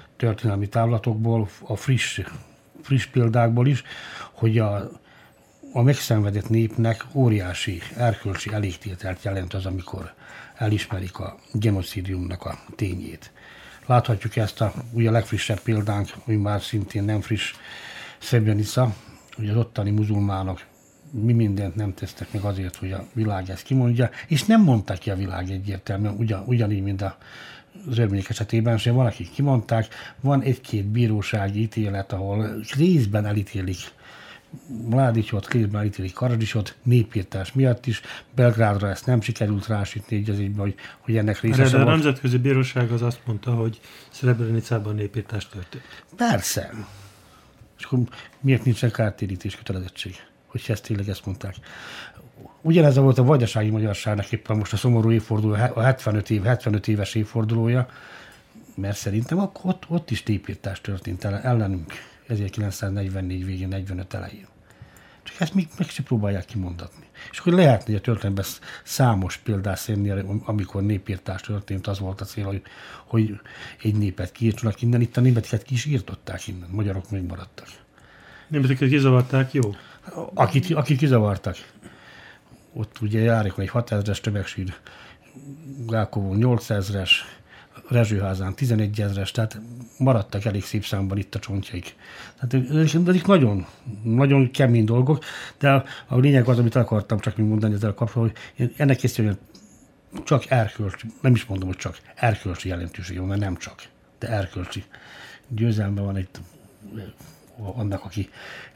történelmi távlatokból, a friss, friss példákból is, hogy a a megszenvedett népnek óriási erkölcsi elégtételt jelent az, amikor elismerik a genocidiumnak a tényét. Láthatjuk ezt a, ugye a legfrissebb példánk, hogy már szintén nem friss, Srebrenica, hogy az ottani muzulmánok mi mindent nem tesznek meg azért, hogy a világ ezt kimondja, és nem mondták ki a világ egyértelműen, ugyan, ugyanígy, mint az örmények esetében sem, valakik kimondták, van egy-két bírósági ítélet, ahol részben elítélik Mladicsot, részben elítélik Karadžićot, népírtás miatt is. Belgrádra ezt nem sikerült rásítni egy az egyben, hogy, hogy ennek részese de a volt. Nemzetközi Bíróság az azt mondta, hogy Srebrenicában népírtás történt. Persze. És akkor miért nincsen kártérítés kötelezettség, hogyha ezt tényleg ezt mondták. Ugyanez volt a vajdasági magyarságnak éppen most a szomorú évforduló, a hetvenöt, év, hetvenöt éves évfordulója, mert szerintem akkor ott, ott is népírtás történt ellenünk ezerkilencszáznegyvennégy végén, negyvenöt elején. Csak ezt még meg sem próbálják kimondatni. És akkor lehet, hogy a történetben számos példát szedni, amikor népírtás történt, az volt a cél, hogy, hogy egy népet kiírtsanak innen. Itt a németeket ki is írtották innen, magyarok még maradtak. Németeket kizavarták, jó? Akit, akit kizavartak. Ott ugye járékon egy hatezres tömegsír, Gálkovon nyolcezres, Rezsőházán tizenegyezres, tehát maradtak elég szép számban itt a csontjaik. Tehát ezek nagyon, nagyon kemény dolgok, de a, a lényeg az, amit akartam csak még mondani ezzel kapcsolatban, hogy ennek készítően csak erkölcsi, nem is mondom, hogy csak erkölcsi jelentőség, mert nem csak, de erkölcsi győzelme van egy annak, aki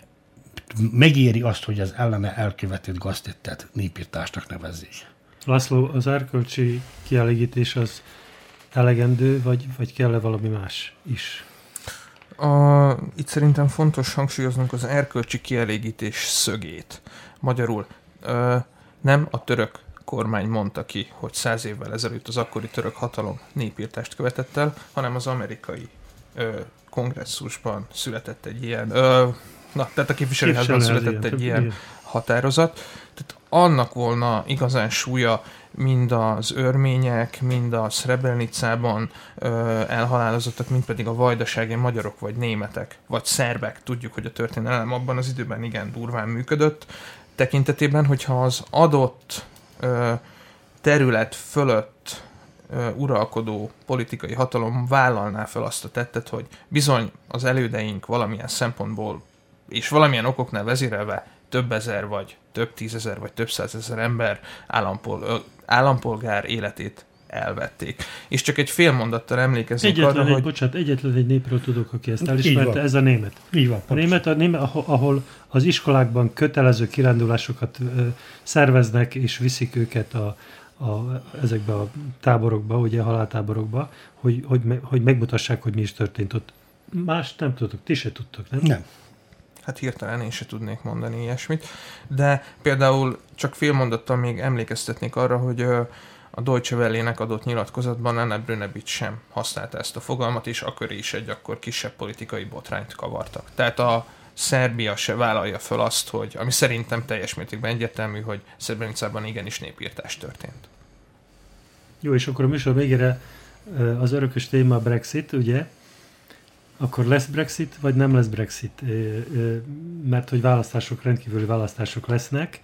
megéri azt, hogy az ellene elkövetett gaztettet népírtásnak nevezzék. László, az erkölcsi kielégítés az elegendő, vagy, vagy kell-e valami más is? A, itt szerintem fontos hangsúlyoznunk az erkölcsi kielégítés szögét. Magyarul ö, nem a török kormány mondta ki, hogy száz évvel ezelőtt az akkori török hatalom népírtást követett el, hanem az amerikai ö, kongresszusban született egy ilyen, ö, na, tehát a képviselőházban született egy ilyen, ilyen határozat. Tehát annak volna igazán súlya, mind az örmények, mind a Srebrenicában ö, elhalálozottak, mind pedig a vajdasági magyarok, vagy németek, vagy szerbek, tudjuk, hogy a történelem abban az időben igen durván működött, tekintetében, hogyha az adott ö, terület fölött ö, uralkodó politikai hatalom vállalná fel azt a tettet, hogy bizony az elődeink valamilyen szempontból és valamilyen okoknál vezérelve több ezer, vagy több tízezer, vagy több százezer ember állampol, állampolgár életét elvették. És csak egy fél mondattal emlékezzünk egyetlen arra, egy, hogy... Bocsánat, egyetlen egy népről tudok, aki ezt elismerte, ez a német. Így van, a német, a német, ahol az iskolákban kötelező kirándulásokat szerveznek, és viszik őket a, a, ezekbe a táborokba, ugye a haláltáborokba, hogy, hogy, hogy megmutassák, hogy mi is történt ott. Más nem tudok, ti se tudtok, nem? Nem. Hát hirtelen én se tudnék mondani ilyesmit, de például csak fél mondattal még emlékeztetnék arra, hogy a Deutsche Welle-nek adott nyilatkozatban Anna Brünnebich sem használta ezt a fogalmat, és akkor is egy akkor kisebb politikai botrányt kavartak. Tehát a Szerbia se vállalja föl azt, hogy, ami szerintem teljes mértékben egyértelmű, hogy Srebrenicában igenis népírtás történt. Jó, és akkor a műsor végére az örökös téma a Brexit, ugye? Akkor lesz Brexit, vagy nem lesz Brexit? Mert hogy választások, rendkívüli választások lesznek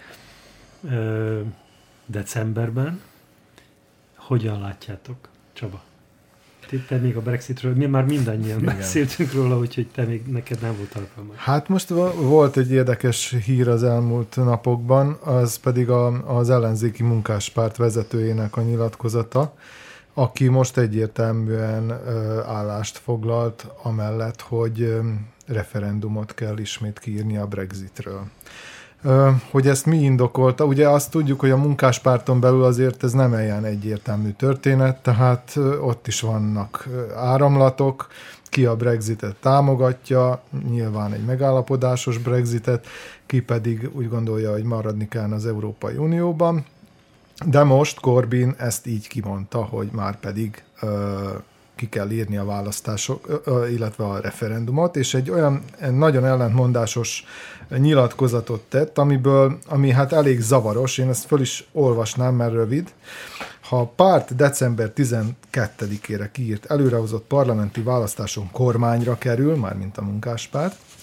decemberben. Hogyan látjátok, Csaba? Te, te még a Brexitről, mi már mindannyian igen. beszéltünk róla, úgyhogy te még neked nem volt alkalma. Hát most volt egy érdekes hír az elmúlt napokban, az pedig a, az ellenzéki munkáspárt vezetőjének a nyilatkozata, aki most egyértelműen ö, állást foglalt amellett, hogy ö, referendumot kell ismét kiírni a Brexitről. Ö, hogy ezt mi indokolta? Ugye azt tudjuk, hogy a munkáspárton belül azért ez nem olyan egyértelmű történet, tehát ö, ott is vannak ö, áramlatok, ki a Brexitet támogatja, nyilván egy megállapodásos Brexitet, ki pedig úgy gondolja, hogy maradni kell az Európai Unióban. De most Corbyn ezt így kimondta, hogy már pedig ö, ki kell írni a választások, ö, illetve a referendumot, és egy olyan nagyon ellentmondásos nyilatkozatot tett, amiből, ami hát elég zavaros, én ezt föl is olvasnám, mert rövid. Ha a párt december tizenkettedikére kiírt előrehozott parlamenti választáson kormányra kerül, mármint a munkáspárt,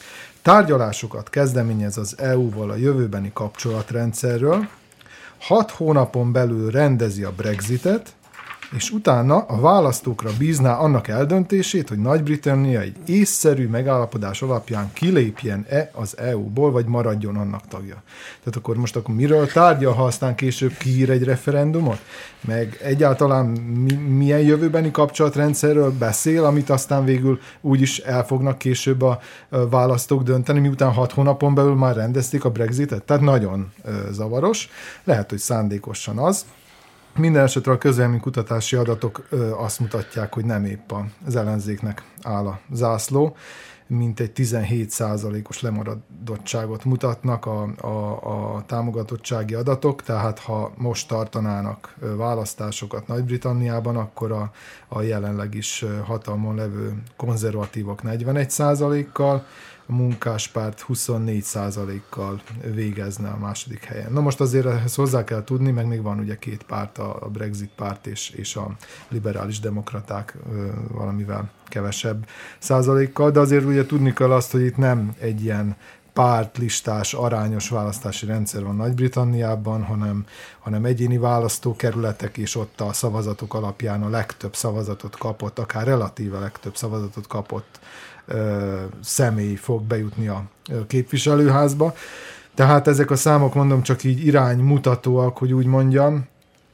Tárgyalásokat kezdeményez az é u-val a jövőbeni kapcsolatrendszerről, hat hónapon belül rendezi a Brexitet, és utána a választókra bízná annak eldöntését, hogy Nagy-Britannia egy észszerű megállapodás alapján kilépjen-e az é u-ból, vagy maradjon annak tagja. Tehát akkor most akkor miről tárgyal, ha aztán később kiír egy referendumot? Meg egyáltalán mi, milyen jövőbeni kapcsolatrendszerről beszél, amit aztán végül úgyis el fognak később a választók dönteni, miután hat hónapon belül már rendezték a Brexitet? Tehát nagyon zavaros. Lehet, hogy szándékosan az. Minden esetre a közvéleménykutatási adatok ö, azt mutatják, hogy nem épp az ellenzéknek áll a zászló, mint egy tizenhét százalékos lemaradottságot mutatnak a, a, a támogatottsági adatok, tehát ha most tartanának választásokat Nagy-Britanniában, akkor a, a jelenleg is hatalmon levő konzervatívok negyvenegy százalékkal, a munkáspárt huszonnégy százalékkal végezne a második helyen. Na most azért ehhez hozzá kell tudni, meg még van ugye két párt, a Brexit párt és, és a liberális demokraták valamivel kevesebb százalékkal, de azért ugye tudni kell azt, hogy itt nem egy ilyen pártlistás, arányos választási rendszer van Nagy-Britanniában, hanem, hanem egyéni választókerületek, és ott a szavazatok alapján a legtöbb szavazatot kapott, akár relatíve legtöbb szavazatot kapott ö, személy fog bejutni a képviselőházba. Tehát ezek a számok, mondom, csak így iránymutatóak, hogy úgy mondjam.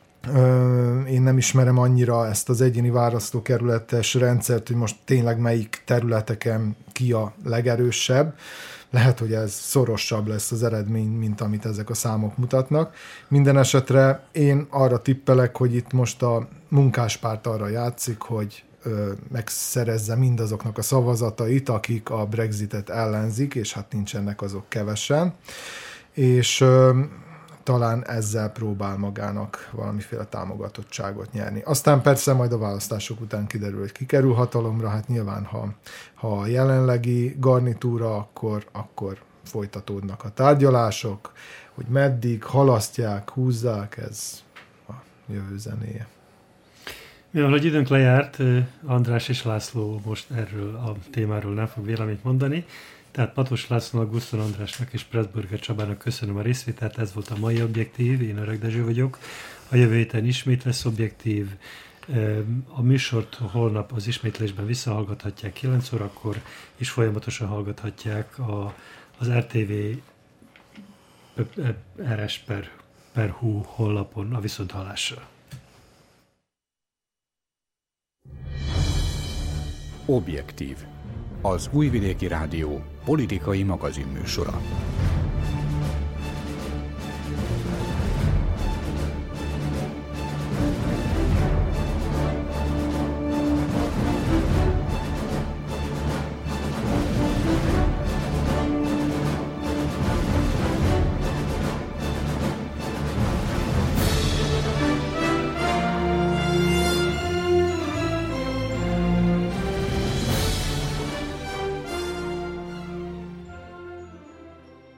Ö, én nem ismerem annyira ezt az egyéni választókerületes rendszert, hogy most tényleg melyik területeken ki a legerősebb. Lehet, hogy ez szorosabb lesz az eredmény, mint amit ezek a számok mutatnak. Minden esetre én arra tippelek, hogy itt most a munkáspárt arra játszik, hogy ö, megszerezze mindazoknak a szavazatait, akik a Brexitet ellenzik, és hát nincsenek azok kevesen. És ö, talán ezzel próbál magának valamiféle támogatottságot nyerni. Aztán persze majd a választások után kiderül, hogy ki kerül hatalomra, hát nyilván, ha, ha a jelenlegi garnitúra, akkor, akkor folytatódnak a tárgyalások, hogy meddig halasztják, húzzák, ez a jövő zenéje. Mivel, hogy időnk lejárt, András és László most erről a témáról nem fog véleményt mondani, tehát Patos Lászlónak, Guszton Andrásnak és Pressburger Csabának köszönöm a részvételt, ez volt a mai Objektív, én Öreg Dezső vagyok. A jövő héten ismét lesz Objektív, a műsort holnap az ismétlésben visszahallgathatják kilenc órakor, és folyamatosan hallgathatják a, az er té vé er es per hu honlapon a viszonthallásra. Objektív. Az Újvidéki Rádió politikai magazinműsora.